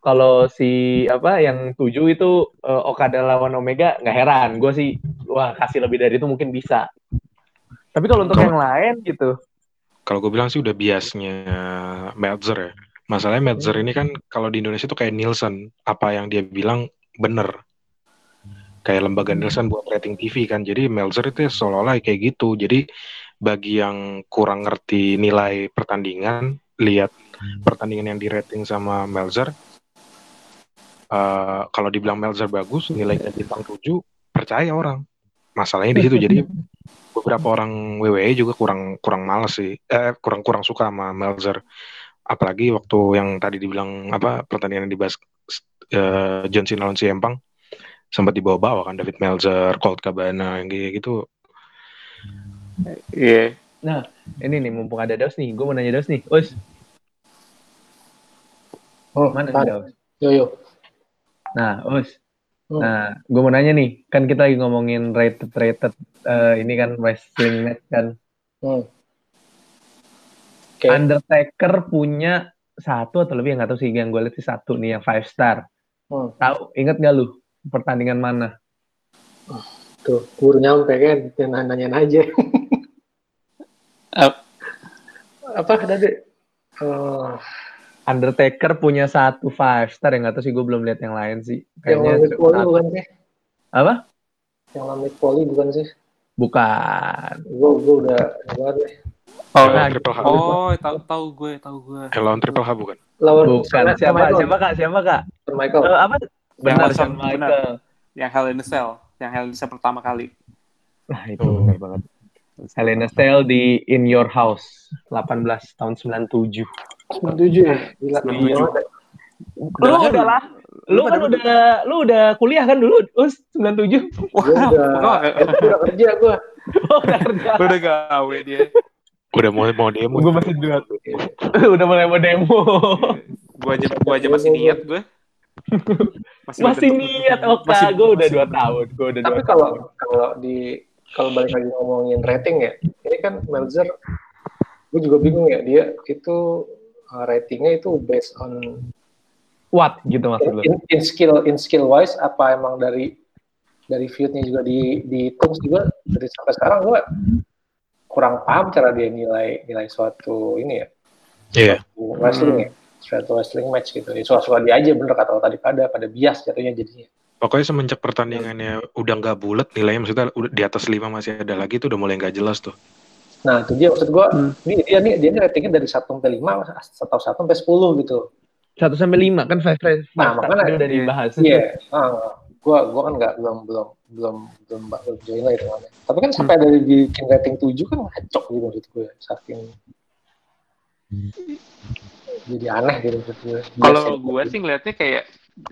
apa yang 7 itu Okada lawan Omega nggak heran. Gue sih kasih lebih dari itu mungkin bisa. Tapi kalau untuk yang lain gitu. Kalau gue bilang sih udah biasnya Meltzer ya. Masalahnya Meltzer ini kan kalau di Indonesia tuh kayak Nielsen, apa yang dia bilang bener. Kayak lembaga Nielsen buat rating TV kan. Jadi Meltzer itu seolah-olah kayak gitu. Jadi bagi yang kurang ngerti nilai pertandingan, lihat pertandingan yang di rating sama Meltzer, kalau dibilang Meltzer bagus, nilainya bintang 7, percaya orang. Masalahnya di situ. Jadi beberapa orang WWE juga kurang males sih, kurang suka sama Meltzer. Apalagi waktu yang tadi dibilang pertandingan yang dibahas John Cena lawan CM Punk, sempat dibawa-bawa kan David Meltzer, Colt Cabana yang gitu. Iya. Nah, ini nih mumpung ada Daus nih, gue mau nanya Daus nih. Us. Mana nih Daus? Yo. Nah, Us. Nah, gue mau nanya nih, kan kita lagi ngomongin rated ini kan wrestling match kan. Undertaker punya 1 atau lebih, nggak tahu sih, yang gue lihat sih 1 nih yang 5 star. Tahu, inget nggak lu pertandingan mana? Tuh, baru nyampe kan, nanyain aja. Apa tadi? Undertaker punya 1 5 star, yang nggak tahu sih, gue belum lihat yang lain sih. Kayaknya yang Mick Foley bukan sih? Apa? Yang Mick Foley bukan sih? Bukan. Gue udah banget nih. Tahu gue. Lawan Triple H bukan? Bukan. Siapa kak? Shawn Michael. Apa? Benar, Shawn Michael. Yang Hell in a Cell pertama kali. Nah, itu benar banget. Hell in a Cell di In Your House 18 tahun 97. 97 ya? Gila. Lu udah kuliah kan dulu, Us, 97? Udah kerja gue. Oh, udah kerja. Udah gawe dia. Udah mau demo. Gue masih dua. Udah mulai mau demo. Gua aja masih niat gue. Masih niat Oka. Gue udah 2 tahun. Tapi kalau balik lagi ngomongin rating ya, ini kan Melzer, gue juga bingung ya, dia itu ratingnya itu based on what gitu maksud lo? In skill wise, apa emang dari feud-nya juga dihitung juga. Dari sampai sekarang gue kurang paham cara dia nilai suatu ini ya. Iya. Wrestling ya. Suatu wrestling match gitu. Ya, suka-suka dia aja, bener kata lo tadi, pada bias jatuhnya jadinya. Pokoknya semenjak pertandingannya udah nggak bulat, nilainya maksudnya udah di atas 5 masih ada lagi, itu udah mulai nggak jelas tuh. Nah itu dia maksud gue, dia ratingnya dari 1 sampai 5 atau 1 sampai 10 gitu. 1 sampai 5 kan 5 nah makanya udah dibahas. Iya, gue kan nggak belum join lah itu namanya. Tapi kan sampai dari bikin rating 7 kan ngacok gitu maksud gue, saking jadi aneh gitu maksud gue. Kalau gue sih ngelihatnya kayak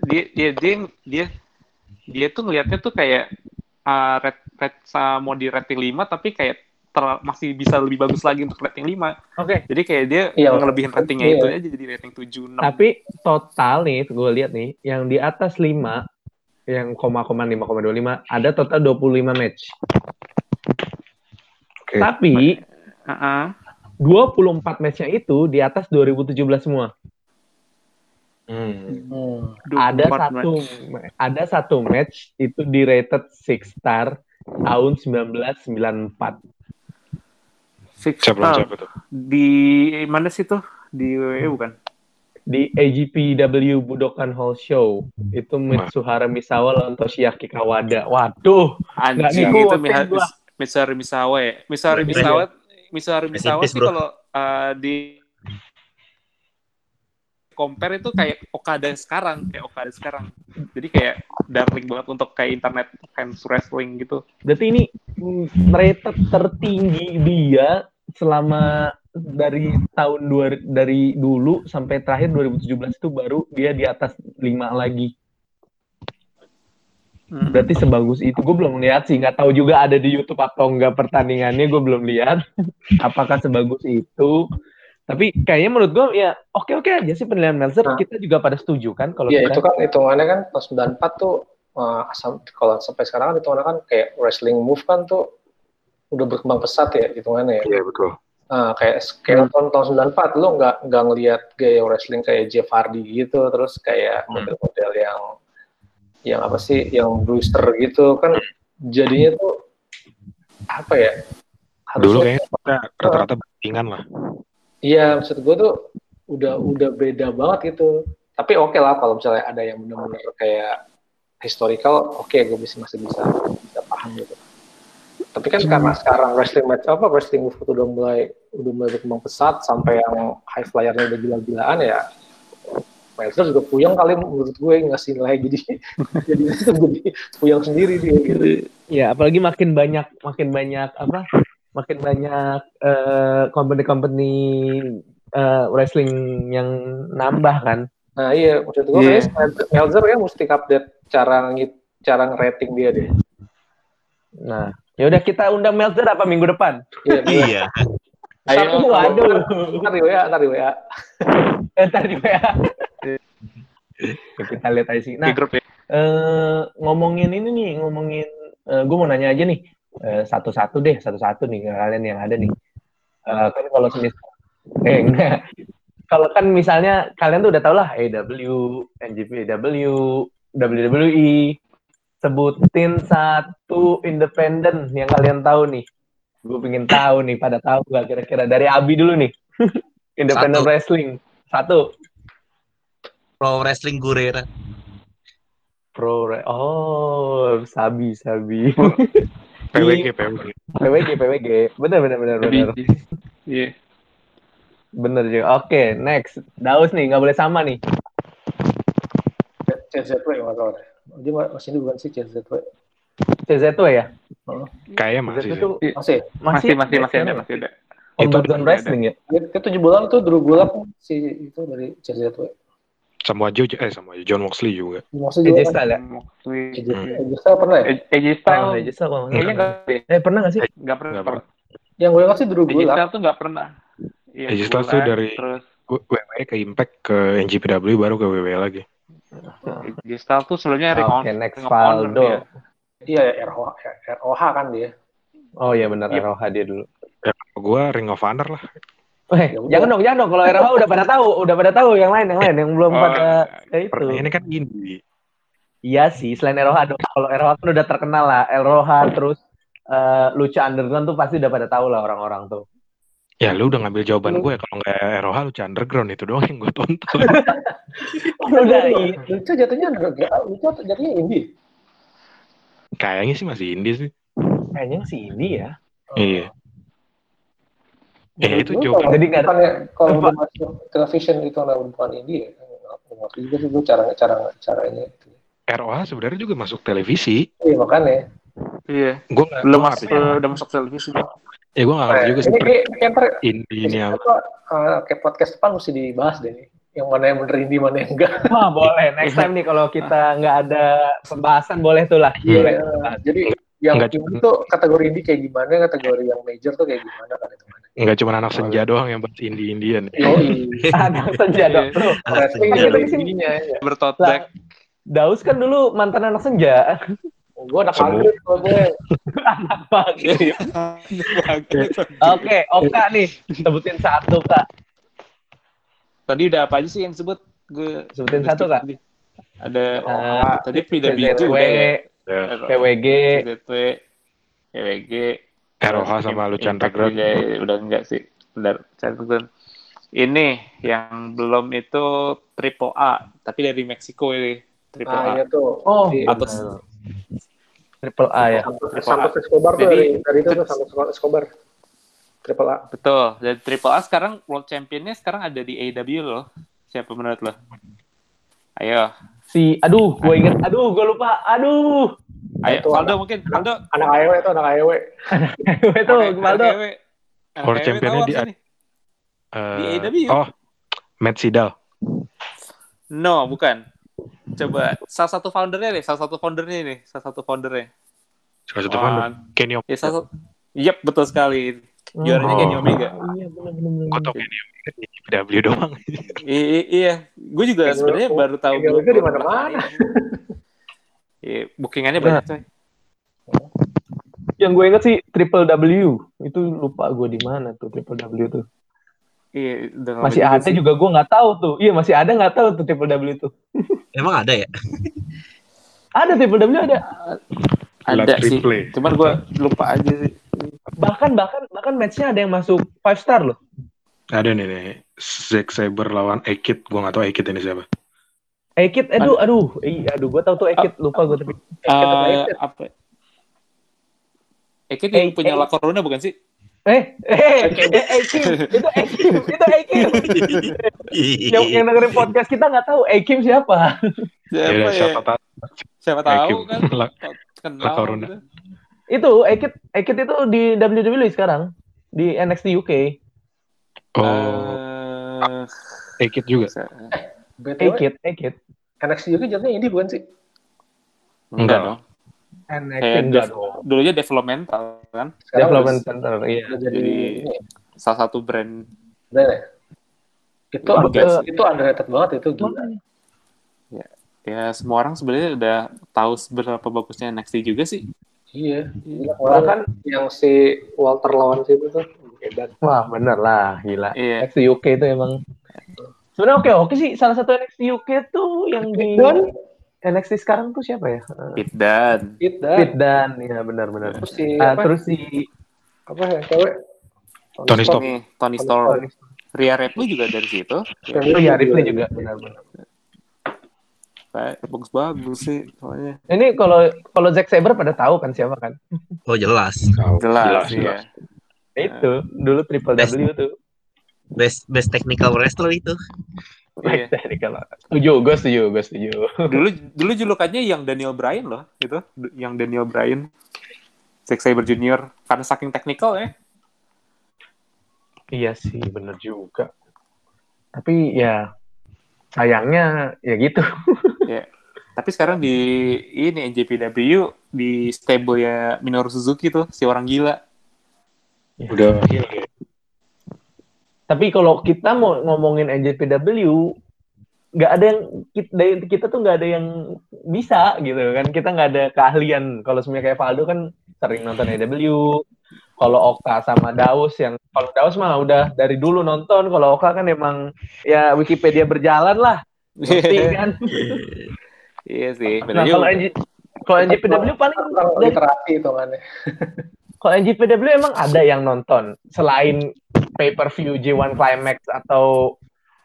dia tuh ngelihatnya tuh kayak mau di rating 5 tapi kayak masih bisa lebih bagus lagi untuk rating 5. Oke. Jadi kayak dia ngelebihin ratingnya itu aja jadi rating 7, 6. Tapi total nih, gue lihat nih, yang di atas 5, yang 5,25, ada total 25 match. Okay. Tapi 24 match-nya itu di atas 2017 semua. Ada satu match itu di rated 6 star tahun 1994. Siapa tuh? Di mana sih tuh? Di WWE bukan? Di AGPW Budokan Hall Show. Itu Mitsuhara Misawa lawan Toshiaki Kawada. Waduh. Anjing itu Mitsuhara Misawa ya. Mitsuhara Misawa sih kalau di compare itu kayak Okada sekarang. Jadi kayak darling banget untuk kayak internet fans wrestling gitu. Berarti ini rated tertinggi dia selama dari dulu sampai terakhir 2017 itu baru dia di atas 5 lagi. Berarti sebagus itu. Gue belum lihat sih, nggak tahu juga ada di YouTube atau enggak pertandingannya, gue belum lihat apakah sebagus itu. Tapi kayaknya menurut gue ya oke aja sih penilaian Meltzer. Kita juga pada setuju kan kalau itu kan hitungannya kan tahun 94 tuh kalau sampai sekarang kan hitungannya kan kayak wrestling move kan tuh udah berkembang pesat ya hitungannya ya. Iya betul. Kayak tahun 94 lo nggak ngelihat gaya wrestling kayak Jeff Hardy gitu, terus kayak model-model yang apa sih, yang Brewster gitu kan, jadinya tuh apa ya? Dulu kayaknya rata-rata bandingan lah. Iya, maksud gue tuh udah beda banget gitu. Tapi oke lah kalau misalnya ada yang benar-benar kayak historical, oke, gue masih bisa paham gitu. Tapi kan karena sekarang wrestling move itu udah mulai berkembang pesat sampai yang high flyernya udah gila-gilaan ya. Meltzer juga puyeng kali menurut gue ngasih nilai jadi puyeng sendiri dia gitu. Ya apalagi makin banyak company wrestling yang nambah kan. Nah iya, maksud gue Meltzer ya mesti update cara ngerating dia deh. Nah, ya udah kita undang Meltzer apa minggu depan? Iya. Ayo, waduh. Ntar di WA. Kita lihat aja sih. Nah, ngomongin gue mau nanya aja nih, satu-satu nih kalian yang ada nih. Kan kalau enggak. Kalau kan misalnya kalian tuh udah tau lah AEW, NJPW, WWE. Sebutin satu independen yang kalian tahu nih. Gue pengen tahu nih, pada tahu gak kira-kira? Dari Abi dulu nih. Independent wrestling. 1. Pro Wrestling Guerrera. Sabi. PWG. Bener. Iya. Bener juga. Oke, next. Daus nih, nggak boleh sama nih. CZW nggak tahu deh. Dia masih ini bukan sih CZW. CZW ya? Kayaknya masih ada. Combat Zone Wrestling ya? Ke 7 bulan tuh Drew Gulak si itu dari CZW. Samoa Joe, John Moxley juga. Maksudnya AJ juga kan Styles ya? AJ Styles pernah ya? AJ Styles AJ Styles kalau nggak kayaknya salah. Pernah nggak sih? nggak pernah. Nggak pernah. Yang gue ingat sih Drew AJ Gulak. Styles tuh nggak pernah. Iya, AJ Styles tuh Gulak, dari terus WWE ke Impact ke NJPW baru ke WWE lagi. AJ Styles tuh sebelumnya Oke, next Ring of Honor Faldo. dia. Iya, ROH kan dia. Oh iya benar, Yep. ROH dia dulu. Ya, gue Ring of Honor lah. Jangan dong. Kalau ROH udah pada tahu yang lain yang belum pada itu. Ini kan indie. Iya sih, selain ROH dong. Kalau ROH kan udah terkenal lah. ROH terus Lucha Underground tuh pasti udah pada tahu lah orang-orang tuh. Ya lu udah ngambil jawaban gue. Kalau nggak ROH Lucha Underground itu doang yang gue tonton. Udah Lucha jatuhnya indie. Kayaknya sih masih indie sih. kayaknya sih ini ya. Iya. Itu Lu jawaban. Jadi nggak kalau udah masuk television itu bukan indie ya. Ngerti juga sih gue caranya. ROH sebenarnya juga masuk televisi. Iya makanya. Iya. Gue udah masuk televisi. Ya gue nggak ngerti juga sih. Ini apa? Kayak podcast depan mesti dibahas deh nih. Yang mana yang bener indie, mana yang enggak. Wah boleh. Next time nih kalau kita nggak ada pembahasan boleh tuh lah. Boleh. Jadi yang indie tuh kategori indie kayak gimana, kategori yang major tuh kayak gimana kan itu. Enggak cuma anak senja doang yang bahas indie-indian. Anak senja dong. Anak senja. Bertote bag. Daus kan dulu mantan anak senja. Gue anak maghrib kalau gue. Anak maghrib. Oke, Oka nih. Sebutin satu, Kak. Tadi udah apa aja sih yang sebut? Gue sebutin satu, Kak. Ada tadi PWG PWG, udah ya. PWG, PWG, ROH sama Lucha Underground. Udah enggak sih. Benar, Underground. Ini yang belum itu Triple A, tapi dari Meksiko ini. Triple A. Iya tuh. Oh, Atau Triple A ya. Santos Escobar tuh dari itu tuh Santos Escobar. Triple A. Betul. Dan Triple A sekarang World Championnya sekarang ada di AEW loh. Siapa menurut lo? Ayo. Gue inget. Gue lupa. Ayo, Faldo mungkin. Faldo. Anak AEW itu, anak AEW. Itu, Faldo. World Championnya di AEW. Oh, Matt Sydal. No, bukan. Coba salah satu foundernya. Salah satu founder Kenny Omega. Yep, betul sekali. Juaranya Kenny Omega. Iya, benar. Kok tau Kenny Omega di W doang. Iya, gue juga sebenarnya baru tahu. Kenny Omega di mana-mana. Iya, bookingannya banyak coy. Yang gue inget sih Triple W. Itu lupa gue di mana tuh Triple W tuh. Iya, masih ada juga gue nggak tahu tuh. Iya masih ada nggak tahu tuh Triple W tuh. Emang ada ya? Ada Triple W ada. Ada sih. Cuman gue lupa aja sih. Bahkan matchnya ada yang masuk 5 star loh. Ada nih. Zack Sabre lawan Ekid. Gue nggak tahu Ekid ini siapa. Ekid, aduh, gue tahu tuh Ekid, lupa gue tapi. Apa? Ekid yang punya La Corona bukan sih? Ekid. Yang dengerin podcast kita nggak tahu Ekim siapa. Siapa tahu kan? Kenal. Corona. Itu Ekid itu di WWE sekarang di NXT UK. Oh. Ekid juga. Ekid. NXT UK jadinya ini bukan sih? Enggak dong. NXT dulunya developmental kan? Development Center, iya. Jadi salah satu brand. Itu underrated banget itu gila. Ya semua orang sebenarnya udah tahu seberapa bagusnya NXT juga sih. Iya. Bahkan yang si Walter lawan situ tuh hebat. Wah bener lah, gila. Iya. NXT UK itu emang. Sebenarnya oke sih. Salah satu NXT UK tuh yang di NXT sekarang tuh siapa ya? Pit Dan, ya benar. Terus si apa yang cewek? Tony Storm. Rhea Ripley juga dari situ. Rhea Ripley juga benar. Bagus sih soalnya. Ini kalau Zack Sabre pada tahu kan siapa kan? Oh jelas. Jelas. Iya. Itu dulu Triple W tuh. Best technical wrestler itu. Iya. Gue setuju. Dulu julukannya yang Daniel Bryan loh, itu. Yang Daniel Bryan. Zack Sabre Junior karena saking teknikal ya. Iya sih, bener juga. Tapi ya sayangnya ya gitu. Ya. Tapi sekarang di ini NJPW di stable ya Minoru Suzuki tuh, si orang gila. Udah hilang ya. Tapi kalau kita mau ngomongin NJPW, nggak ada yang kita tuh nggak ada yang bisa gitu kan. Kita nggak ada keahlian. Kalau sebenarnya kayak Valdo kan sering nonton AEW. Kalau Oka sama Daus kalau Daus mah udah dari dulu nonton. Kalau Oka kan emang ya Wikipedia berjalan lah. Ngerti kan? Iya sih. Nah kalau NJPW paling literasi itu kan. Kalau NJPW emang ada yang nonton selain pay-per-view G1 Climax atau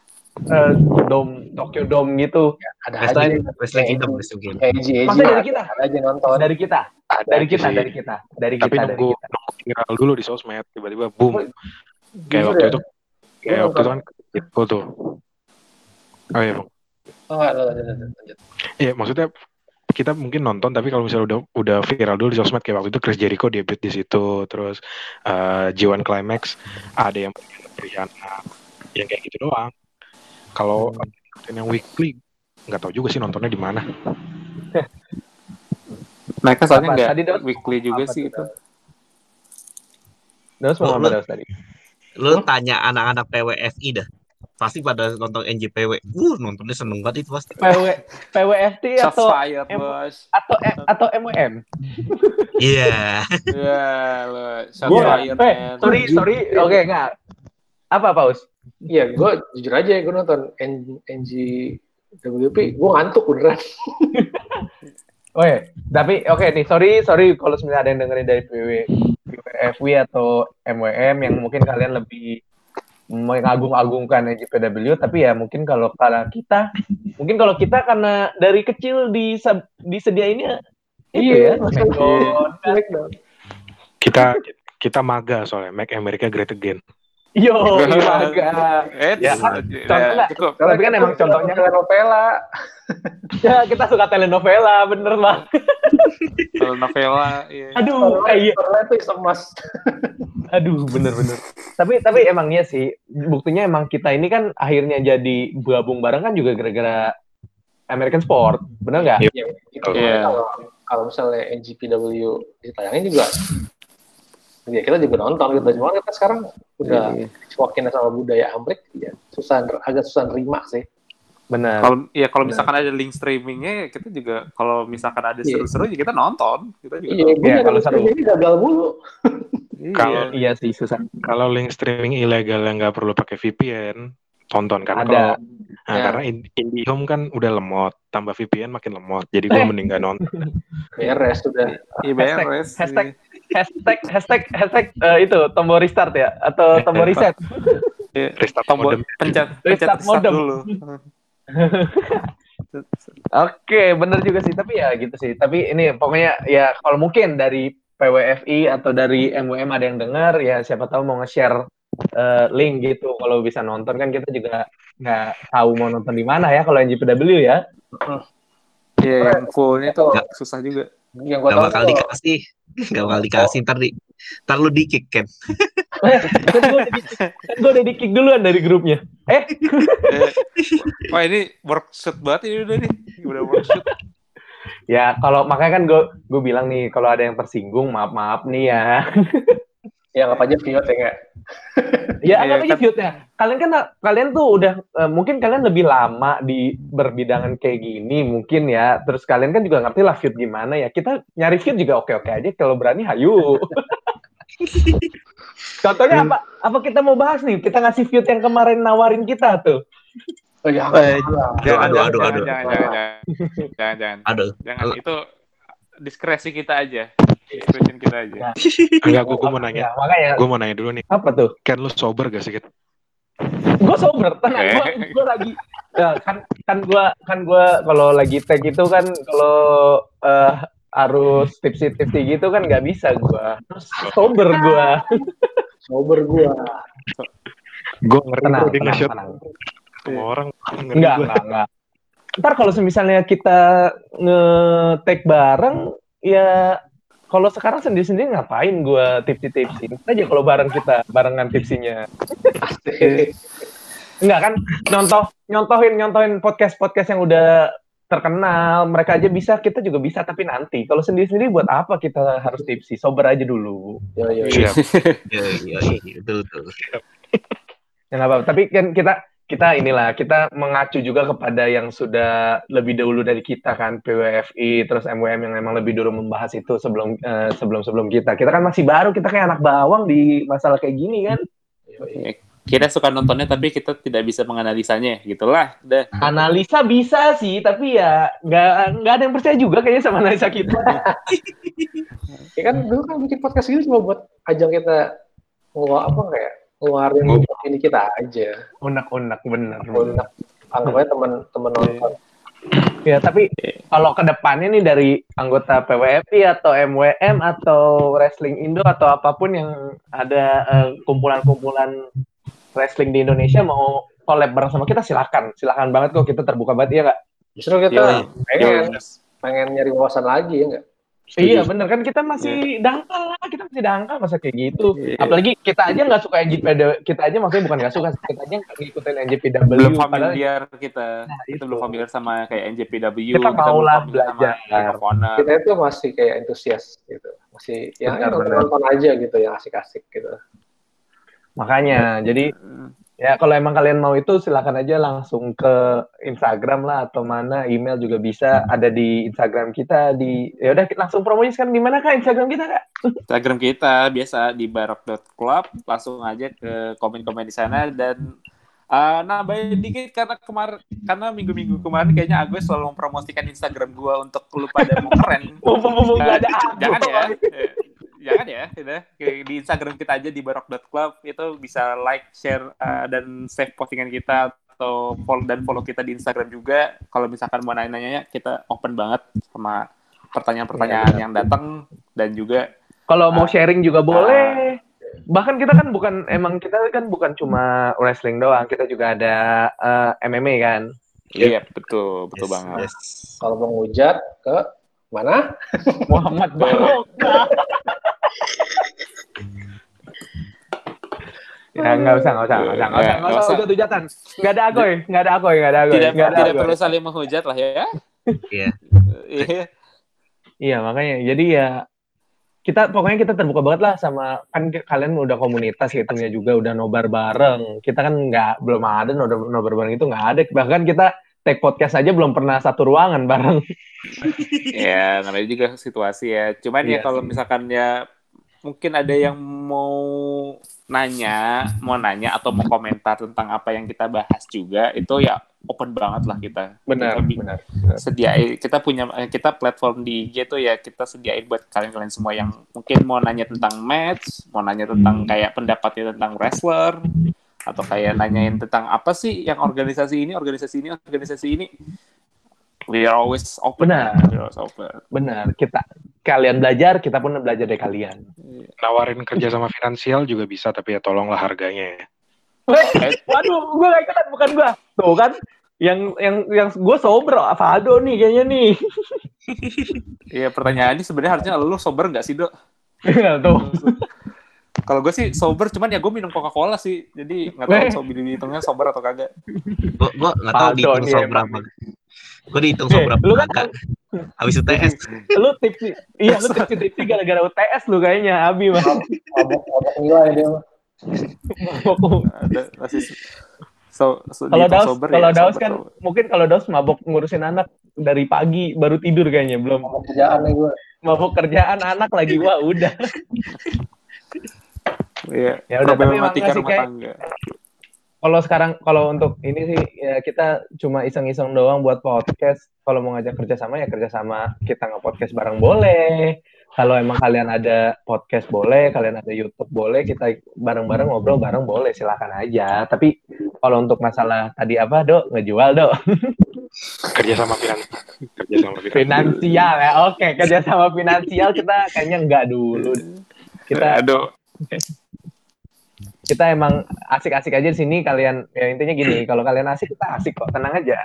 Tokyo Dome gitu. Ya, ada aja. Wrestling Kingdom. Maksudnya dari kita? Ada aja nonton. Dari kita. Tapi nunggu viral dulu di sosmed, tiba-tiba boom. Kayak waktu itu kan itu tuh. Oh iya, Bang. Oh, lanjut. Iya, maksudnya kita mungkin nonton, tapi kalau misalnya udah viral dulu di sosmed, kayak waktu itu Chris Jericho debut di situ, terus G1 Climax ada yang Rihanna, yang kayak gitu doang. Kalau yang weekly nggak tahu juga sih nontonnya di mana. Mereka soalnya nggak weekly juga sih itu. Terus mau ngomong tadi. Lu tanya anak-anak PWFI dah. Pasti pada nonton NJPW. Nontonnya seneng banget itu pasti. PWFT atau atau MWM. Iya. Iya, lo Shotfire man. Sorry. Oke, enggak. Apa, Paus? Iya, gue jujur aja gue nonton NJWP, gue ngantuk beneran. Tapi nih, sorry kalau sebenarnya ada yang dengerin dari PWFW atau MWM yang mungkin kalian lebih mengagung-agungkan NJPW, tapi ya mungkin kalau kita karena dari kecil disediainnya iya, kita maga soalnya Make America Great Again. Yo, maga. Ya, cukup. Tapi kan emang contohnya telenovela. Ya, kita suka telenovela, bener lah. Telenovela, iya. Aduh, iya. Aduh, bener. Tapi emangnya sih, buktinya emang kita ini kan akhirnya jadi gabung bareng kan juga gara-gara American Sport, bener nggak? Iya. Kalau misalnya NJPW ditayangin juga, ya kita juga nonton gitu. Cuma kita sekarang udah semakin sama budaya Amerika, ya agak susah nerima sih. Benar. Kalau misalkan ada link streamingnya, kita juga kalau misalkan ada seru-seru, ya kita nonton. Kita juga iya, kalau seru. Ini gagal mulu. Iya sih susah. Kalau link streaming ilegal yang nggak perlu pakai VPN, tonton kan. Ada. Karena IndiHome kan udah lemot, tambah VPN makin lemot. Jadi gue mending nggak nonton. Beres sudah. Iya beres. Hashtag itu tombol restart ya atau tombol reset. Restart tombol modem. pencet modem dulu. Oke, bener juga sih. Tapi ya gitu sih. Tapi ini pokoknya ya kalau mungkin dari PWFI atau dari MWM ada yang dengar, ya siapa tahu mau nge-share link gitu. Kalau bisa nonton kan kita juga nggak tahu mau nonton di mana ya kalau NJPW ya. Iya, yang fullnya tuh susah juga. Yang gak bakal dikasih. Ntar lu di-kick kan. Gue udah di-kick duluan dari grupnya. Wah, ini workshoot banget ini udah nih. Udah workshoot. Ya, kalau makanya kan gue bilang nih, kalau ada yang tersinggung, maaf nih ya. Ya, anggap aja fiot ya nggak? Ya, anggap aja fiotnya. Kalian tuh udah, mungkin kalian lebih lama di berbidangan kayak gini, mungkin ya. Terus kalian kan juga ngerti lah fiot gimana ya. Kita nyari fiot juga oke-oke aja, kalau berani, hayu. Contohnya apa kita mau bahas nih? Kita ngasih fiot yang kemarin nawarin kita tuh. Jangan. Jangan, itu diskresi kita aja. Diskresi kita aja. Enggak, gue mau nanya. Makanya. Gue mau nanya dulu nih. Apa tuh? Kan lu sober gak sih, Kit? Gue sober, tenang. Gue lagi. Ya, kan gue kalau lagi tag itu kan kalau harus tipsi gitu kan nggak bisa gue. Sober gue. Gue ngeri dia nge-shot. Tenang. Semua orang enggak. Ntar kalau misalnya kita nge-tag bareng, ya kalau sekarang sendiri-sendiri ngapain gue tipsi-tipsi? Aja kalau bareng kita, barengan tipsinya. Enggak kan, nyontohin podcast yang udah terkenal, mereka aja bisa, kita juga bisa, tapi nanti kalau sendiri-sendiri buat apa kita harus tipsi, sober aja dulu. Iya. Iya, betul. Ya nggak apa-apa, tapi kan kita mengacu juga kepada yang sudah lebih dahulu dari kita kan, PWFI, terus MWM yang memang lebih dulu membahas itu sebelum kita. Kita kan masih baru, kita kayak anak bawang di masalah kayak gini kan. Kita suka nontonnya tapi kita tidak bisa menganalisanya, gitulah. Udah. Analisa bisa sih, tapi ya nggak ada yang percaya juga kayaknya sama analisa kita. Ya kan dulu kan bikin podcast ini cuma buat ajang kita ngeluarin ini kita aja. Unek-unek bener. Anggapnya teman-teman nonton. Ya, tapi kalau ke depannya nih dari anggota PWFI atau MWM atau Wrestling Indo atau apapun yang ada kumpulan-kumpulan wrestling di Indonesia mau collab bareng sama kita, silakan banget kok, kita terbuka banget, ya nggak? Justru kita pengen nyari wawasan lagi, ya nggak? Iya bener kan, kita masih dangkal masa kayak gitu. Apalagi kita aja nggak suka kita aja maksudnya bukan nggak suka, kita aja nggak ngikutin NJPW. Belum familiar kita belum familiar sama kayak NJPW. Kita mau lah belajar. Kita itu masih kayak antusias gitu, masih yang nonton aja gitu, yang asik-asik gitu. Makanya, jadi ya kalau emang kalian mau itu silakan aja langsung ke Instagram lah atau mana, email juga bisa, ada di Instagram kita ya udah langsung promonya sekarang. Di mana Kak Instagram kita, Kak? Instagram kita biasa di barok.club, langsung aja ke komen-komen di sana. Dan nambahin dikit karena minggu-minggu kemarin kayaknya Agus selalu mempromosikan Instagram gua untuk lu pada mau keren. Jangan ya, di Instagram kita aja di barok.club, itu bisa like, share, dan save postingan kita atau follow kita di Instagram juga. Kalau misalkan mau nanya-nanya, kita open banget sama pertanyaan-pertanyaan yang datang, dan juga kalau mau sharing juga boleh. Bahkan kita kan bukan cuma wrestling doang, kita juga ada MMA kan. Iya, betul banget. Kalau mau ngujat ke mana? Muhammad Baroka. Ya nggak usah hujatan. Nggak ada agoy. Tidak perlu saling menghujat lah ya. Iya makanya. Jadi ya pokoknya kita terbuka banget lah sama, kan kalian udah komunitas hitungnya juga, udah nobar bareng. Kita kan belum ada nobar bareng, itu nggak ada. Bahkan kita take podcast aja belum pernah satu ruangan bareng. Ya namanya juga situasi ya. Cuman ya kalau misalkan ya mungkin ada yang mau nanya atau mau komentar tentang apa yang kita bahas juga, itu ya open banget lah kita. Benar. Kita platform di IG tuh ya kita sediain buat kalian semua yang mungkin mau nanya tentang match, mau nanya tentang kayak pendapatnya tentang wrestler, atau kayak nanyain tentang apa sih yang organisasi ini. We are always open. Benar. Kalian belajar, kita pun belajar dari kalian. Nawarin kerja sama finansial juga bisa, tapi ya tolonglah harganya ya. Waduh, gue gak ikutan, bukan gue. Tuh kan, yang gue sober, Aldo nih kayaknya nih. Iya, pertanyaannya sebenarnya harusnya lu sober nggak sih, Dok? Tuh. Kalau gue sih sober, cuman ya gue minum Coca-Cola sih, jadi nggak tahu dihitungnya sober atau kagak. Gue nggak tahu dihitung sober apa. Gue dihitung sober apa kagak. Habis UTS. Lu tipsi gara-gara UTS lu kayaknya, Abi mah. Mabok nilai dia mah. Kalau Daus kan mungkin kalau Daus mabok ngurusin anak dari pagi baru tidur kayaknya, belum. Mabok kerjaan nih gue. Mabok kerjaan anak lagi, wah udah. Iya, ya udah, problematika rumah tangga. Kalau untuk ini sih ya kita cuma iseng-iseng doang buat podcast. Kalau mau ngajak kerjasama ya kerjasama, kita nge-podcast bareng boleh. Kalau emang kalian ada podcast boleh, kalian ada YouTube boleh, kita bareng-bareng ngobrol bareng boleh, silakan aja. Tapi kalau untuk masalah tadi apa, Dok? Ngejual, Dok? Kerjasama finansial ya. Oke, kerjasama finansial kita kayaknya enggak dulu. Kita emang asik-asik aja di sini, kalian ya intinya gini, kalau kalian asik kita asik kok, tenang aja.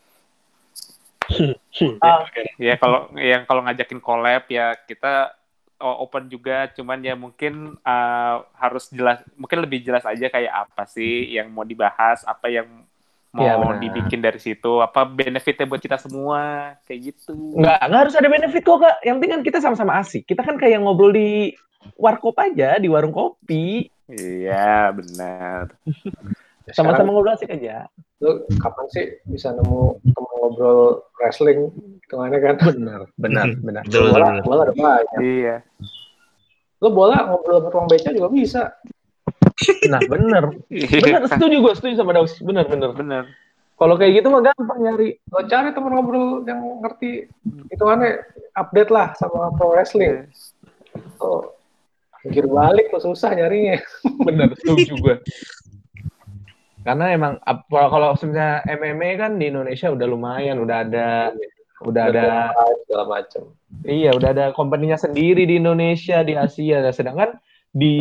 Ya kalau ngajakin collab ya kita open juga, cuman ya mungkin harus jelas, mungkin lebih jelas aja kayak apa sih yang mau dibahas, apa yang mau dibikin dari situ, apa benefitnya buat kita semua, kayak gitu. Nggak harus ada benefit kok, Kak. Yang penting kan kita sama-sama asik. Kita kan kayak ngobrol di warkop aja, di warung kopi. Iya, benar. Sama-sama ngobrol asik aja. Lu kapan sih bisa nemu teman ngobrol wrestling? Hitungannya kan? Benar. Bola ada banyak. Iya. Lu bola ngobrol sama tukang beca juga bisa. Nah, benar. Setuju sama Daus. Benar. Kalau kayak gitu mah gampang nyari. Lo cari teman ngobrol yang ngerti hitungannya update lah sama pro wrestling. Oh, pikir balik lo susah nyarinya. Benar, setuju gue. Karena emang kalau sebenarnya MMA kan di Indonesia udah lumayan, udah ada segala macam. Iya, udah ada company-nya sendiri di Indonesia, di Asia. Sedangkan di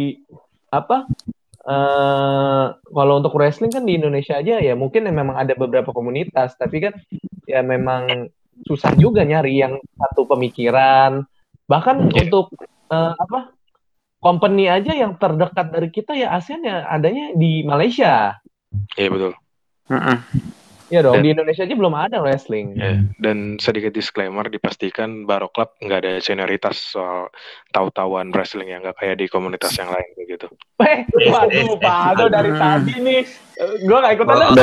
kalau untuk wrestling kan di Indonesia aja ya mungkin memang ada beberapa komunitas, tapi kan ya memang susah juga nyari yang satu pemikiran. Bahkan untuk company aja yang terdekat dari kita ya ASEAN ya adanya di Malaysia. Iya betul. Iya dong, di Indonesia aja belum ada wrestling. Dan sedikit disclaimer, dipastikan Baro Club nggak ada senioritas soal tahu-tahuan wrestling yang nggak kayak di komunitas yang lain gitu. Waduh, Pak dari tadi nih, gue nggak ikutan lah.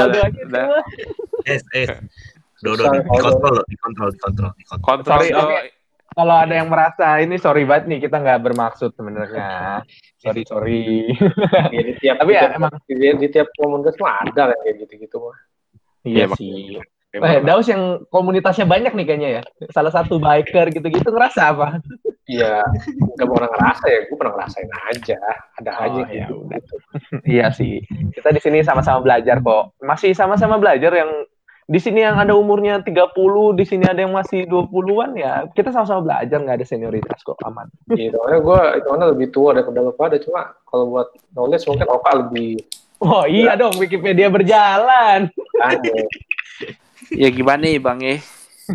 Dodo dikontrol. Sorry, kalau ada yang merasa ini sorry banget nih, kita nggak bermaksud sebenarnya. Sorry. Ya, tapi ya emang di tiap komunitas mah ada kayak gitu mah. Iya sih. Daus yang komunitasnya banyak nih kayaknya ya. Salah satu biker gitu-gitu ngerasa apa? Iya, nggak pernah ngerasa ya. Gue pernah ngerasain aja. Ada aja gitu. Iya sih. Kita di sini sama-sama belajar kok. Masih sama-sama belajar yang di sini yang ada umurnya 30, di sini ada yang masih 20-an ya. Kita sama-sama belajar, nggak ada senioritas kok, aman. Gitu. Gue lebih tua daripada lo pada. Cuma kalau buat knowledge mungkin Oka lebih. Oh iya dong, Wikipedia berjalan. Ya gimana nih Bang ya?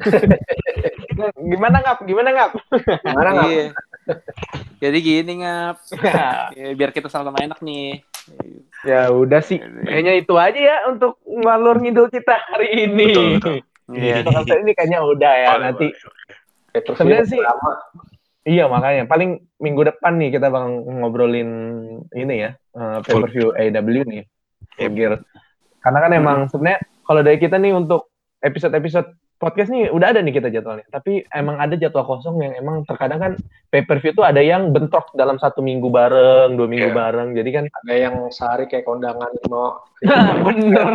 Gimana ngap? Iya. Jadi gini ngap. Ya, biar kita sama-sama enak nih. Ya udah sih, kayaknya itu aja ya untuk ngalur ngidul kita hari ini. Betul. Iya. Ini kayaknya udah ya nanti. Sebenarnya sih. Iya makanya paling minggu depan nih kita bakal ngobrolin ini ya pay-per-view AEW nih. Karena kan emang sebenarnya kalau dari kita nih untuk episode podcast nih udah ada nih kita jadwalnya. Tapi emang ada jadwal kosong yang emang terkadang kan pay-per-view tuh ada yang bentrok dalam 1 minggu bareng, 2 minggu bareng. Jadi kan ada yang sehari kayak kondangan mau. Bener.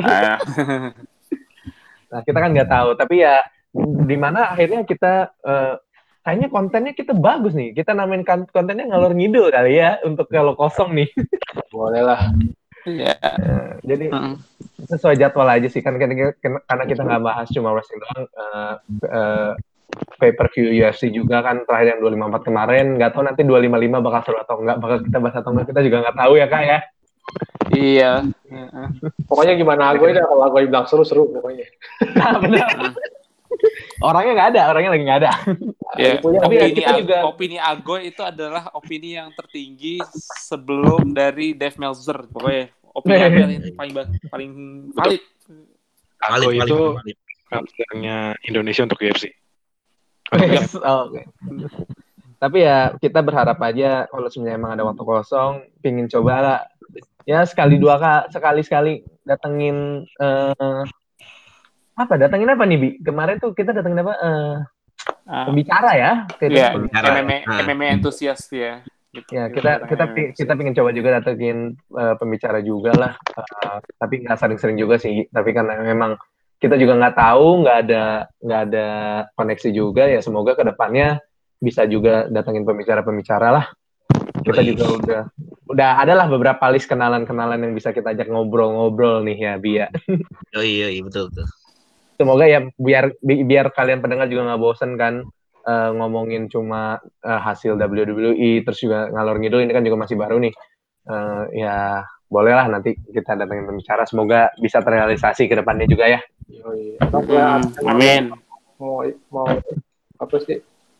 Nah kita kan nggak tahu. Tapi ya di mana akhirnya kita kayaknya kontennya kita bagus nih. Kita namain kontennya ngalor ngidul kali ya untuk kalau kosong nih. Boleh lah. Iya. Jadi sesuai jadwal aja sih kan karena kita nggak bahas cuma wrestling doang. Pay-per-view UFC juga kan terakhir yang 254 kemarin. Nggak tahu nanti 255 bakal seru atau nggak. Bakal kita bahas atau nggak kita juga nggak tahu ya Kak ya. Iya. Pokoknya gimana Agoy dah kalau Agoy bilang seru pokoknya. Nah, benar. Orangnya lagi nggak ada. Ya, tapi kita juga opini Agoy itu adalah opini yang tertinggi sebelum dari Dave Meltzer. Pokoknya opini Agoy yang paling valid. Agoy itu kampusnya Indonesia untuk UFC. Okay. Tapi ya kita berharap aja kalau sebenarnya emang ada waktu kosong, pingin coba lah. Ya sekali datengin datengin apa nih Bi? Kemarin tuh kita datengin apa? Pembicara ya? Iya, MMA entusias ya. Gitu. Ya kita pengen coba juga datengin pembicara juga lah. Tapi nggak sering-sering juga sih. Tapi karena memang kita juga nggak tahu, nggak ada koneksi juga ya. Semoga kedepannya bisa juga datengin pembicara lah. Kita juga udah adalah beberapa list kenalan-kenalan yang bisa kita ajak ngobrol-ngobrol nih ya Bi ya. Oh iya betul. Semoga ya biar kalian pendengar juga nggak bosen kan ngomongin cuma hasil WWE terus juga ngalor ngidul ini kan juga masih baru nih. Ya bolehlah nanti kita datangin pembicara, semoga bisa terrealisasi ke depannya juga ya. Amin. Mau apa sih?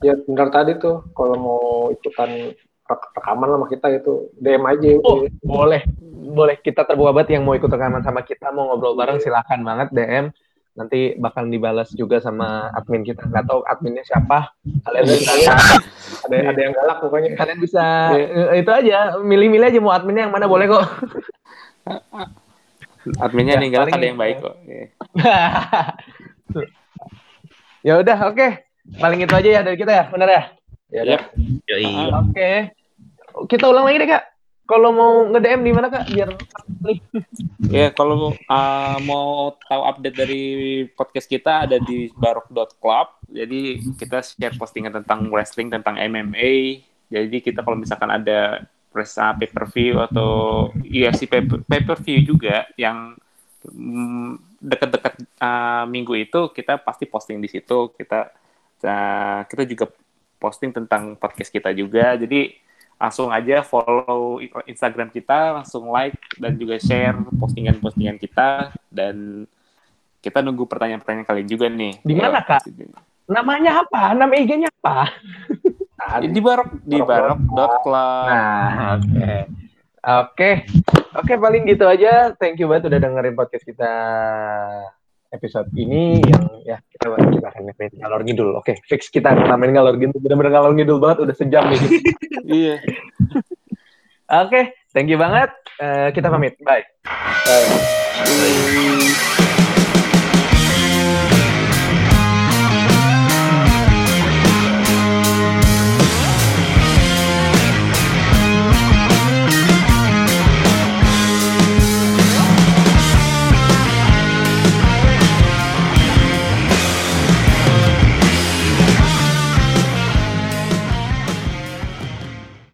Ya benar tadi tuh, kalau mau ikutan rekaman sama kita itu DM aja. Oh, boleh kita terbuka banget yang mau ikut rekaman sama kita, mau ngobrol bareng silakan banget DM. Nanti bakal dibalas juga sama admin kita. Nggak tahu adminnya siapa. Kalian bisa ada yang galak pokoknya. Kalian bisa itu aja, milih-milih aja mau adminnya yang mana boleh kok. Adminnya nih galak, ada yang baik kok. Ya udah, oke. Paling itu aja ya dari kita ya, benar ya? Ya. Oke. Kita ulang lagi deh, Kak. Kalau mau nge-DM di mana, Kak? Biar ya, kalau mau tahu update dari podcast kita ada di barok.club. Jadi kita share postingan tentang wrestling, tentang MMA. Jadi kita kalau misalkan ada pay-per-view atau UFC pay-per-view juga yang dekat-dekat minggu itu, kita pasti posting di situ. Kita juga posting tentang podcast kita juga. Jadi langsung aja follow Instagram kita, langsung like dan juga share postingan-postingan kita, dan kita nunggu pertanyaan-pertanyaan kalian juga nih. Di mana, Kak? Namanya apa? Nama IG-nya apa? Di barok.club. Nah, Oke, paling gitu aja. Thank you banget udah dengerin podcast kita episode ini yang ya kita akan main ngalor ngidul. Oke, fix kita main ngalor ngidul. Bener-bener ngalor ngidul banget, udah sejam nih. Iya. Oke, thank you banget. Kita pamit. Bye. Bye.